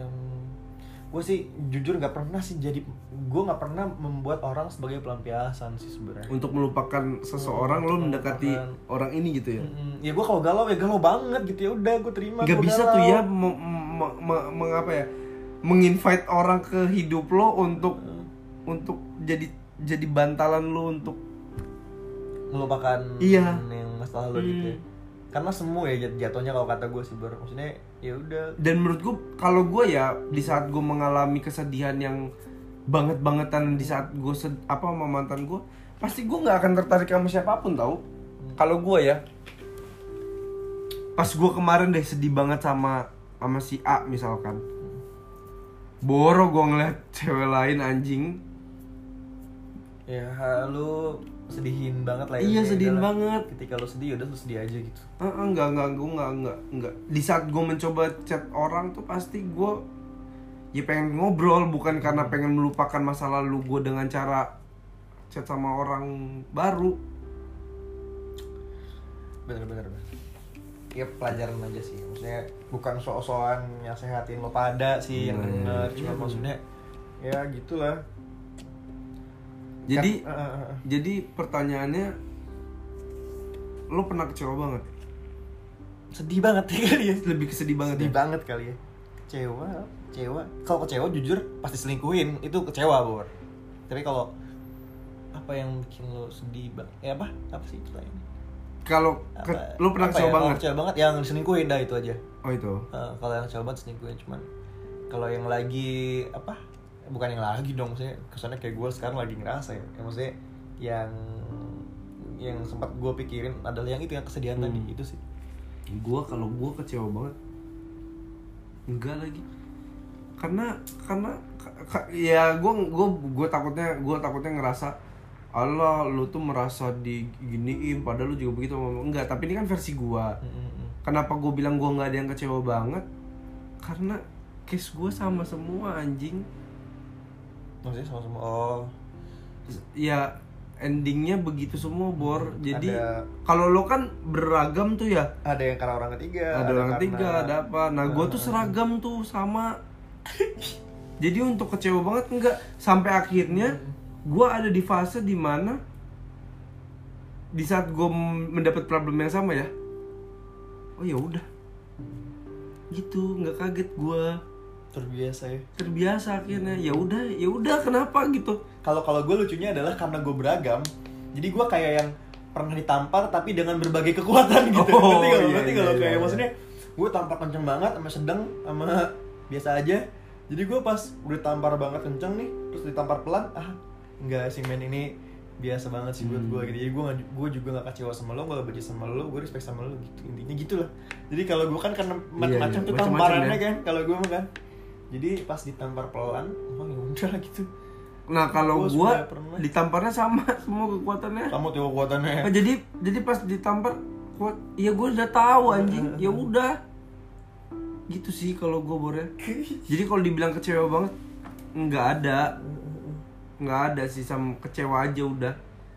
Gue sih jujur nggak pernah sih jadi gue nggak pernah membuat orang sebagai pelampiasan sih sebenarnya. Untuk melupakan seseorang, Untuk lu mendekati melupakan. orang ini gitu ya. Mm-mm. Ya gue kalau galau ya galau banget gitu ya udah gue terima. Gak gua bisa galau. tuh ya, me- me- me- mengapa ya, menginvite orang ke hidup lo untuk untuk jadi jadi bantalan lo untuk melupakan Iya. yang masalah lo gitu ya. Hmm. Karena semua ya jat- jatuhnya kalau kata gue sih Bro. Maksudnya ya udah. dan menurut gue kalau gue ya di saat gue mengalami kesedihan yang banget bangetan di saat gue sed- apa sama mantan gue, pasti gue nggak akan tertarik sama siapapun tau. Kalau gue ya, pas gue kemarin deh sedih banget sama sama si A misalkan, boro gue ngeliat cewek lain anjing. Ya lu sedihin banget lah ya. Iya, Kayak sedihin udah lah. banget. Ketika lu sedih udah lu sedih aja gitu. Ah, ah, enggak, enggak, gue enggak, enggak, enggak. Di saat gue mencoba chat orang tuh pasti gue ya pengen ngobrol, bukan karena pengen melupakan masa lalu gue dengan cara chat sama orang baru. Bener-bener. Ya pelajaran aja sih. Maksudnya bukan so-soan nyasehatin lo pada sih yang Hmm. denger. Cuma maksudnya ya gitulah. Jadi, Kan, uh, uh, uh. jadi pertanyaannya, lo pernah kecewa banget? Sedih banget ya kali ya. Lebih kesedih banget Sedih ya? banget kali ya. Kecewa, kecewa. Kalau kecewa jujur pasti selingkuhin, itu kecewa, Bor. Tapi kalau apa yang bikin lo sedih banget? Eh apa? Apa sih pertanyaannya? Kalau ke- Apa- lo pernah apa kecewa ya? banget? Kalau kecewa banget yang diselingkuhin dah itu aja. Oh itu. Uh, kalau yang kecewa banget selingkuhin cuman kalau yang lagi apa? Bukan yang lagi dong, maksudnya kesannya kayak gue sekarang lagi ngerasa ya. Ya maksudnya yang yang sempat gue pikirin adalah yang itu yang kesedihan Hmm. tadi itu sih. Gue kalau gue kecewa banget, enggak lagi. karena karena ka, ya gue gue gue takutnya gue takutnya ngerasa Allah lu tuh merasa diginiin padahal lu juga begitu. Enggak, tapi ini kan versi gue. Mm-hmm. Kenapa gue bilang gue nggak ada yang kecewa banget? Karena case gue sama semua anjing. Maksudnya sama semua? Oh ya endingnya begitu semua Bor. Jadi kalau lo kan beragam tuh ya. Ada yang karena orang ketiga. Ada, ada orang karena... ketiga, ada apa? Nah gue tuh seragam tuh sama. Jadi untuk kecewa banget enggak. Sampai akhirnya gue ada di fase dimana di saat gue mendapat problem yang sama ya. Oh ya udah. Gitu, nggak kaget gue. Terbiasa ya. Terbiasa akhirnya. Ya udah, ya udah kenapa gitu. Kalau kalau gue lucunya adalah karena gue beragam. Jadi gue kayak yang pernah ditampar tapi dengan berbagai kekuatan gitu. Oh, ngerti kalau iya, ngerti iya, kalau iya, kayak iya. maksudnya gue tampar kenceng banget sama sedang sama biasa aja. Jadi gue pas udah tampar banget kenceng nih, terus ditampar pelan, ah enggak sih men, ini biasa banget sih buat gue gitu. Jadi gue gue juga nggak kecewa sama lo, gue benci sama lo, gue respect sama lo gitu. Intinya gitulah. Jadi kalau gue kan karena macam-macam iya, tuh macem-macem tamparannya ya. kan, kalau gue mah kan. Jadi pas ditampar pelan, oh ya udah gitu. Nah kalau Gua gue sudah pernah. ditamparnya sama semua kekuatannya. Kamu tuh kekuatannya. Nah, jadi jadi pas ditampar kuat, ya gue udah tahu anjing. Ya udah. Gitu sih kalau gue Bornya. Jadi kalau dibilang kecewa banget, nggak ada. Nggak ada sih, sama kecewa aja udah.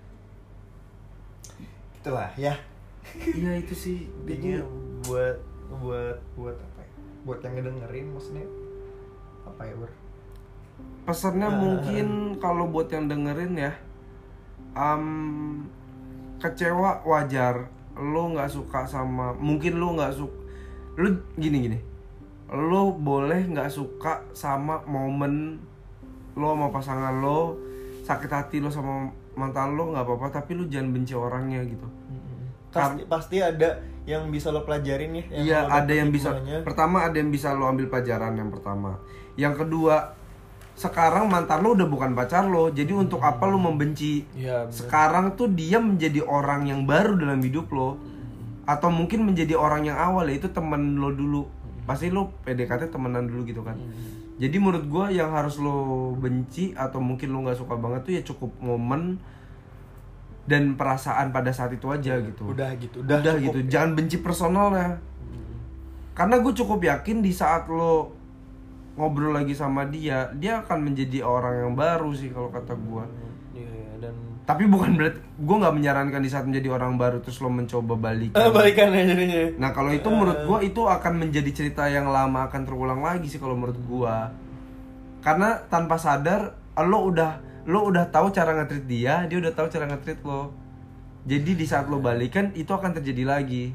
Itulah ya. Iya itu sih. Intinya buat buat buat apa ya? Buat yang ngedengerin maksudnya apa ya, Bor? Pesannya mungkin kalau buat yang dengerin ya, um, kecewa wajar. Lo nggak suka sama, mungkin lo nggak suka, lo gini gini, lo boleh nggak suka sama momen lo sama pasangan lo, sakit hati lo sama mantan lo nggak apa-apa, tapi lo jangan benci orangnya gitu. Pasti, pasti ada yang bisa lo pelajarin ya. Iya, ada yang bisa. Pertama ada yang bisa lo ambil pelajaran yang pertama. Yang kedua, sekarang mantan lo udah bukan pacar lo, jadi hmm. untuk apa lo membenci? Ya, sekarang tuh dia menjadi orang yang baru dalam hidup lo, hmm. atau mungkin menjadi orang yang awal, yaitu teman lo dulu. Hmm. Pasti lo P D K T temenan dulu gitu kan. Hmm. Jadi menurut gue yang harus lo benci atau mungkin lo nggak suka banget tuh ya cukup momen dan perasaan pada saat itu aja gitu. Udah gitu, udah, udah gitu. Ya. Jangan benci personalnya. Hmm. Karena gue cukup yakin di saat lo ngobrol lagi sama dia, dia akan menjadi orang yang baru sih kalau kata gue. Iya, iya, dan tapi bukan berarti gue nggak menyarankan di saat menjadi orang baru terus lo mencoba balikan. Uh, balikan ya jadinya. Nah kalau itu menurut gue itu akan menjadi cerita yang lama akan terulang lagi sih kalau menurut gue. Karena tanpa sadar lo udah lo udah tahu cara nge-treat dia, dia udah tahu cara nge-treat lo. Jadi di saat lo balikan itu akan terjadi lagi.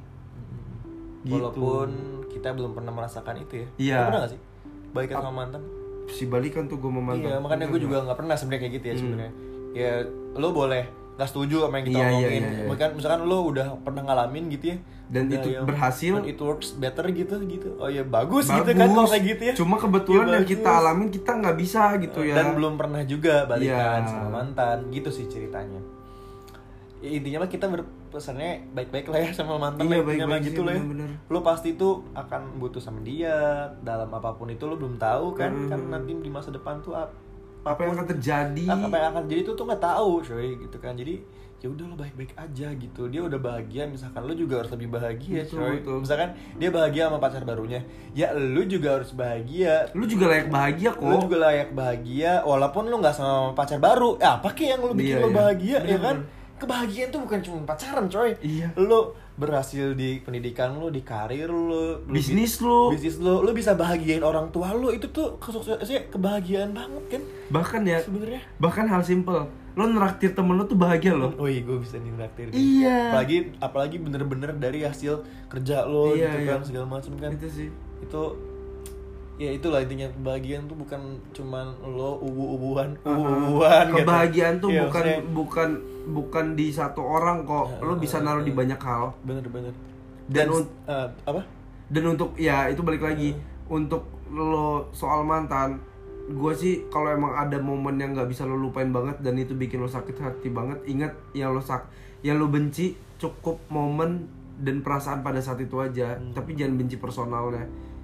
Walaupun gitu. Kita belum pernah merasakan itu ya. Iya. Lo pernah gak sih balikan sama mantan? Si balikan tuh gue sama mantan. Iya, makanya gue juga nggak pernah sebenarnya kayak gitu ya hmm. sebenarnya. Ya lo boleh nggak setuju sama yang kita iya, omongin. Iya, iya, iya. Misalkan, misalkan lo udah pernah ngalamin gitu ya. Dan udah itu yang, berhasil. Dan it works better gitu gitu. Oh ya bagus, bagus. gitu kan kalau kayak gitu ya. Cuma kebetulan ya, yang kita alamin kita nggak bisa gitu ya. Dan belum pernah juga balikan ya. sama mantan. Gitu sih ceritanya. Ya, intinya mah kita berpesannya baik-baik lah ya sama mantan. Iya, baik-baik baik gitu lah ya. Bener-bener. Lo pasti tuh akan butuh sama dia dalam apapun itu lo belum tahu kan. Hmm. Kan nanti di masa depan tuh ap- apa yang akan terjadi. Apa yang akan terjadi tuh tuh nggak tahu coy gitu kan. Jadi ya udah lo baik-baik aja gitu. Dia udah bahagia, misalkan lo juga harus lebih bahagia betul, coy betul. Misalkan dia bahagia sama pacar barunya, ya lo juga harus bahagia. Lo juga layak bahagia kok. Lo juga layak bahagia walaupun lo nggak sama pacar baru. Ya apa sih yang lo bikin iya, lo bahagia iya. ya kan? Kebahagiaan tuh bukan cuma pacaran coy. Iya. Lo berhasil di pendidikan lo, di karir lo, bisnis lo, bisnis lo, lo bisa bahagiain orang tua lo, itu tuh kesuksesan, kebahagiaan banget kan? Bahkan ya, sebenarnya. Bahkan hal simpel, lo neraktir temen lo tuh bahagia lo. Oh iya, gue bisa nih neraktir. Iya. Apalagi, apalagi bener-bener dari hasil kerja lo, iya, gitu iya. kan segala macam kan. Itu sih. Itu ya itulah intinya, kebahagiaan tuh bukan cuman lo ubu-ubuan, ubu-ubuan. Uh-huh. Kebahagiaan gitu. tuh ya, bukan maksudnya, bukan bukan di satu orang kok. Lo bisa naruh di banyak hal. Bener-bener. Dan, Dan un- uh, apa? Dan untuk ya itu balik lagi uh. untuk lo soal mantan, gue sih kalau emang ada momen yang nggak bisa lo lupain banget dan itu bikin lo sakit hati banget, ingat yang lo sak, yang lo benci cukup momen dan perasaan pada saat itu aja, hmm. tapi jangan benci personalnya.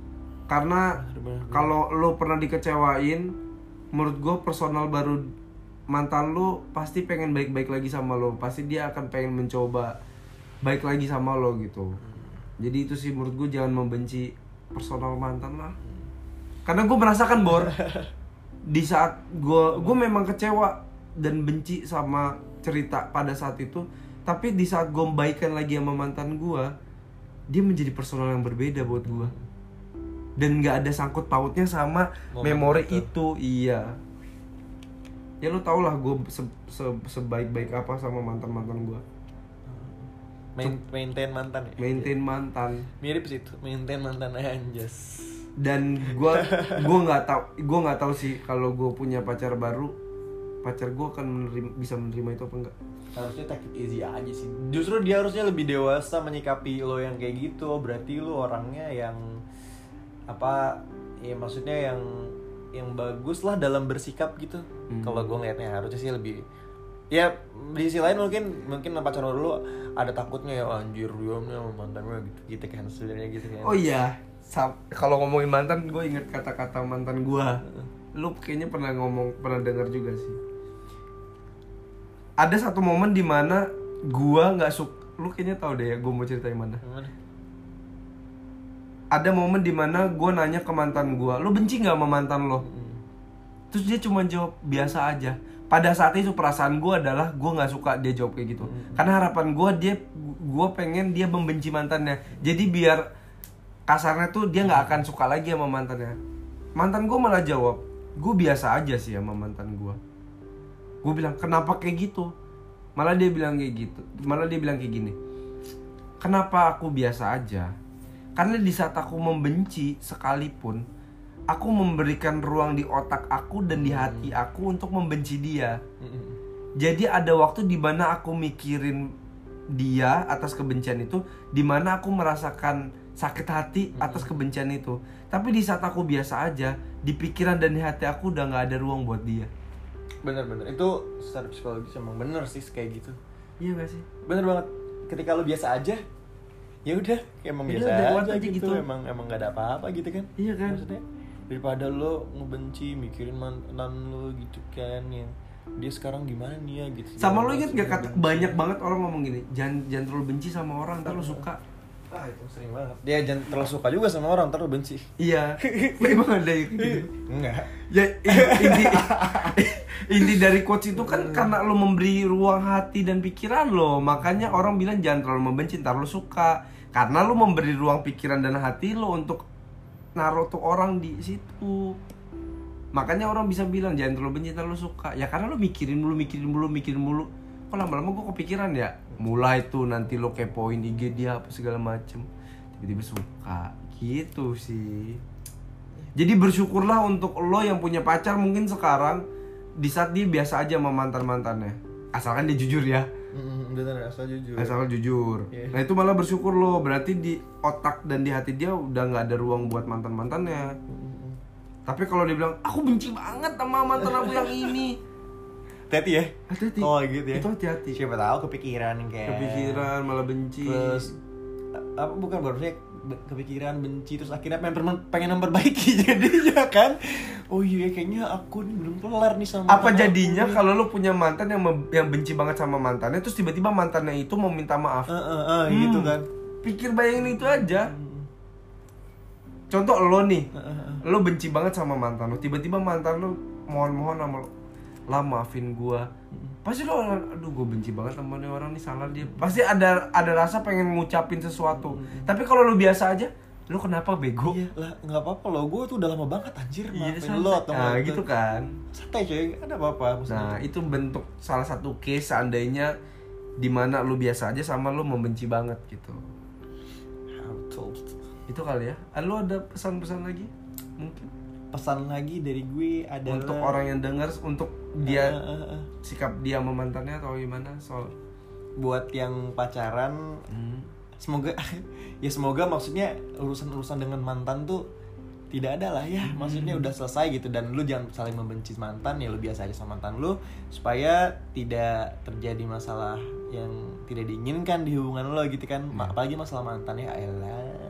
Karena kalau lo pernah dikecewain, menurut gue personal baru mantan lo pasti pengen baik-baik lagi sama lo. Pasti dia akan pengen mencoba baik lagi sama lo gitu. Jadi itu sih menurut gue, jangan membenci personal mantan lah. Karena gue merasakan Bor, di saat gue gue memang kecewa dan benci sama cerita pada saat itu, tapi di saat gue baikan lagi sama mantan gue, dia menjadi personal yang berbeda buat gue. Dan nggak ada sangkut pautnya sama momen memori itu. itu Iya. Ya lo tau lah gue se se- sebaik-baik apa sama mantan-mantan gue. Main, maintain mantan ya? Maintain mantan. Mirip sih itu, maintain mantan anjas. Dan gue gue nggak tahu gue nggak tahu sih kalau gue punya pacar baru, pacar gue akan menerima, bisa menerima itu apa enggak. Harusnya take it easy aja sih. Justru dia harusnya lebih dewasa menyikapi lo yang kayak gitu. Berarti lo orangnya yang apa ya, maksudnya yang yang bagus lah dalam bersikap gitu. Hmm. Kalau gue ngeliatnya harusnya sih lebih, ya di sisi lain mungkin mungkin pacaran dulu ada takutnya ya, anjir diamnya sama mantan gue gitu gitu kan sebenarnya gitu kan. Oh iya, kalau ngomongin mantan gue inget kata-kata mantan gue. Lu kayaknya pernah ngomong, pernah dengar juga sih. Ada satu momen di mana gue nggak suka, lu kayaknya tahu deh ya gue mau ceritain mana. Mana? Ada momen dimana gue nanya ke mantan gue, lo benci gak sama mantan lo? Hmm. Terus dia cuma jawab, biasa aja. Pada saat itu perasaan gue adalah gue gak suka dia jawab kayak gitu. Hmm. Karena harapan gue, dia gue pengen dia membenci mantannya. Jadi biar kasarnya tuh dia gak akan suka lagi sama mantannya. Mantan gue malah jawab, gue biasa aja sih sama mantan gue. Gue bilang, kenapa kayak gitu? Malah dia bilang kayak gitu. Malah dia bilang kayak gini, kenapa aku biasa aja? Karena di saat aku membenci sekalipun, aku memberikan ruang di otak aku dan di hati aku untuk membenci dia. Jadi ada waktu di mana aku mikirin dia atas kebencian itu, di mana aku merasakan sakit hati atas kebencian itu. Tapi di saat aku biasa aja, di pikiran dan di hati aku udah gak ada ruang buat dia. Bener-bener, itu secara psikologis emang bener sih kayak gitu. Iya gak sih? Bener banget. Ketika lo biasa aja, ya udah emang ya biasa aja, aja gitu. gitu emang emang nggak ada apa-apa gitu kan. Iya kan, maksudnya daripada lo ngebenci mikirin mantan lo gitu kan, yang dia sekarang gimana nih ya gitu. Sama lo inget gak kata banyak banget orang ngomong gini, jangan jangan terlalu benci sama orang ntar lo suka. Ah itu sering banget. Dia jangan terlalu suka juga sama orang ntar lo benci. Iya. Emang ada yang gitu? Enggak. Ya inti inti dari quotes itu kan karena lo memberi ruang hati dan pikiran lo, makanya orang bilang jangan terlalu membenci ntar lo suka. Karena lo memberi ruang pikiran dan hati lo untuk naruh tuh orang di situ. Makanya orang bisa bilang jangan terlalu benci ntar lo suka. Ya karena lo mikirin mulu, mikirin mulu, mikirin mulu. Kok lama-lama gue kepikiran ya. Mulai tuh nanti lo kepoin I G dia apa segala macem, tiba-tiba suka gitu sih. Jadi bersyukurlah untuk lo yang punya pacar mungkin sekarang, di saat dia biasa aja sama mantan-mantannya, asalkan dia jujur ya. Mm, bener, asal jujur. Asal jujur. Yeah. Nah itu malah bersyukur lo, berarti di otak dan di hati dia udah nggak ada ruang buat mantan-mantannya. Mm-hmm. Tapi kalau dia bilang aku benci banget sama mantan aku yang ini, hati-hati ya. Hati-hati. Oh gitu ya. Itu hati-hati. Siapa tahu kepikiran kayak. Kepikiran malah benci. Terus apa bukan barunya kepikiran benci terus akhirnya pengen pengen memperbaiki jadinya kan. Oh iya kayaknya aku nih belum kelar nih sama apa jadinya kalau lu punya mantan yang yang benci banget sama mantannya, terus tiba-tiba mantannya itu mau minta maaf. Uh, uh, uh, hmm. Gitu kan. Pikir bayangin itu aja. Hmm. Contoh lo nih, uh, uh, uh. lo benci banget sama mantan lo, tiba-tiba mantan lo mohon-mohon sama lo, lah maafin gua. Hmm. Pasti lo, aduh gue benci banget sama nih orang nih, salah dia. Pasti ada ada rasa pengen ngucapin sesuatu. Hmm. Tapi kalau lo biasa aja, lo kenapa bego? Iya lah, nggak apa-apa lo, gue tuh udah lama banget anjir maafin iya, lo atau nah gitu kan. Santai coy, ada apa-apa maksudnya. Nah itu bentuk salah satu case seandainya dimana lo biasa aja sama lo membenci banget gitu. Itu kali ya. Lo ada pesan-pesan lagi? Mungkin pesan lagi dari gue adalah untuk orang yang dengar, untuk dia uh, uh, uh. sikap dia sama mantannya atau gimana soal buat yang pacaran. Hmm. Semoga ya semoga maksudnya urusan-urusan dengan mantan tuh tidak ada lah ya. Hmm. Maksudnya udah selesai gitu, dan lu jangan saling membenci mantan, ya lu biasa aja sama mantan lu supaya tidak terjadi masalah yang tidak diinginkan di hubungan lo gitu kan. Hmm. Apalagi masalah mantan ya elah.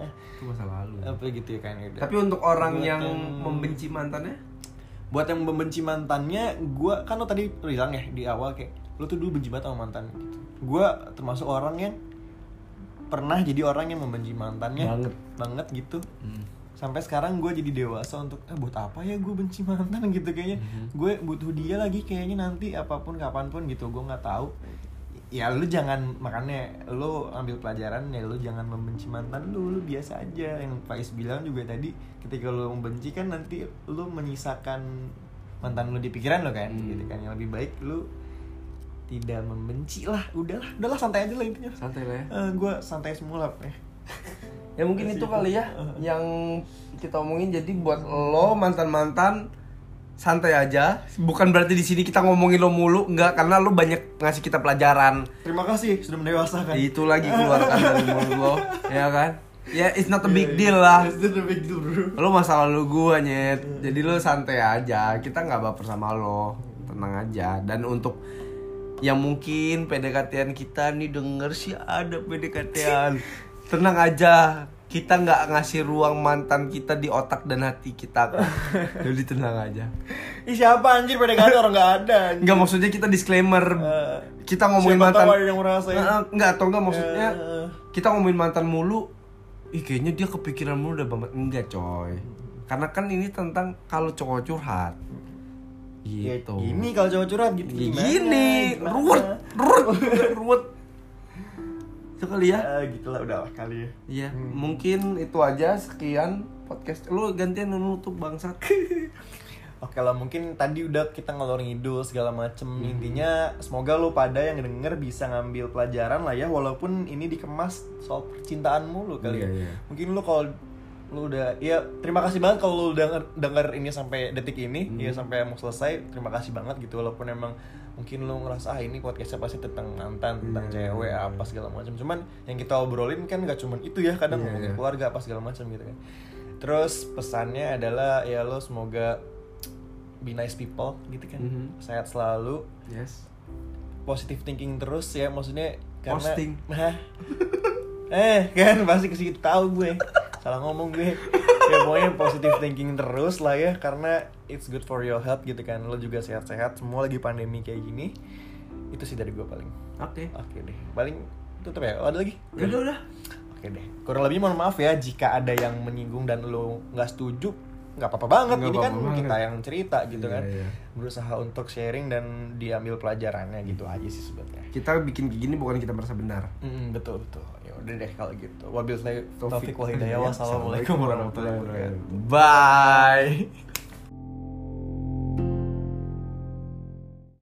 Itu masa lalu. Apa gitu ya kan. Udah. Tapi untuk orang Buat yang yang membenci mantannya, buat yang membenci mantannya, gue kan lo tadi bilang ya di awal kayak lo tuh dulu benci banget sama mantan gitu. Gue termasuk orang yang pernah jadi orang yang membenci mantannya banget banget gitu. hmm. Sampai sekarang gue jadi dewasa untuk eh buat apa ya gue benci mantan gitu kayaknya. Hmm. Gue butuh dia lagi kayaknya nanti apapun kapanpun gitu. Gue nggak tahu. Ya lu jangan, makanya lu ambil pelajaran ya, lu jangan membenci mantan lu, lu biasa aja. Yang Faiz bilang juga tadi, ketika lu membenci kan nanti lu menyisakan mantan lu di pikiran lo kan. Hmm. Gitu kan, yang lebih baik lu tidak membenci lah, udahlah, udahlah santai aja lah intinya. Santai lah ya. Uh, gue santai semula ya. Ya mungkin itu kali ya yang kita omongin. Jadi buat lo mantan-mantan santai aja. Bukan berarti di sini kita ngomongin lo mulu, enggak, karena lo banyak ngasih kita pelajaran. Terima kasih sudah mendewasakan. Itu lagi keluarkan dari mulut lo, ya kan? Ya it's not a big deal lah. It's not a big deal, bro. Lo masa lalu gua nyet. Jadi lo santai aja. Kita nggak baper sama lo. Tenang aja. Dan untuk yang mungkin P D K T-an kita nih denger sih ada P D K T-an. Tenang aja, kita nggak ngasih ruang mantan kita di otak dan hati kita kok. Jadi tenang aja. Ih siapa anjir P D K T orang nggak ada. Anjir. Nggak, maksudnya kita disclaimer. Uh, kita ngomongin siapa mantan. Tahu ada yang ngerasain. Uh, nggak, atau nggak maksudnya uh. kita ngomongin mantan mulu. Ih kayaknya dia kepikiran mulu udah banget. Enggak coy. Karena kan ini tentang kalau cowok curhat. Gitu. Ya, gini kalau cowok curhat gitu ya, gimana? Gini, ruwet, ruwet, ruwet. Itu kali ya. Ya gitulah udah lah kali ya. Iya, hmm. mungkin itu aja sekian podcast. Lu gantian nutup bangsat. Oke lah, mungkin tadi udah kita ngalor ngidul segala macem. Hmm. Intinya semoga lu pada yang denger bisa ngambil pelajaran lah ya, walaupun ini dikemas soal percintaan mulu kali. Iya, ya. iya. Mungkin lu kalau lu udah, ya terima kasih banget kalau lu denger, denger ini sampai detik ini, hmm. ya sampai mau selesai. Terima kasih banget gitu, walaupun emang mungkin lu ngerasa ah ini podcastnya pasti tentang mantan, tentang yeah. cewek apa segala macam. Cuman yang kita obrolin kan gak cuman itu ya, kadang yeah, ngomongin yeah. keluarga apa segala macam gitu kan. Terus pesannya adalah ya lo semoga be nice people gitu kan, mm-hmm. sehat selalu, yes, positive thinking terus ya, maksudnya karena posting, eh kan pasti kesitu tahu gue. Salah ngomong gue. Ya pokoknya positive thinking terus lah ya, karena it's good for your health gitu kan. Lo juga sehat-sehat, semua lagi pandemi kayak gini. Itu sih dari gue paling. Oke. Okay. Oke okay deh. Paling tutup ya. Oh, ada lagi? Ya udah udah. Oke okay deh. Kurang lebih mohon maaf ya jika ada yang menyinggung dan lo nggak setuju. Nggak apa-apa banget. Nggak ini apa-apa kan banget. Kita yang cerita gitu yeah, kan. Yeah. Berusaha untuk sharing dan diambil pelajarannya gitu aja sih sebetulnya. Kita bikin kayak gini bukan kita merasa benar. Mm, betul betul. Ya udah deh kalau gitu. Wabillahi taufiq wal hidayah. Wassalamualaikum warahmatullahi wabarakatuh. Bye.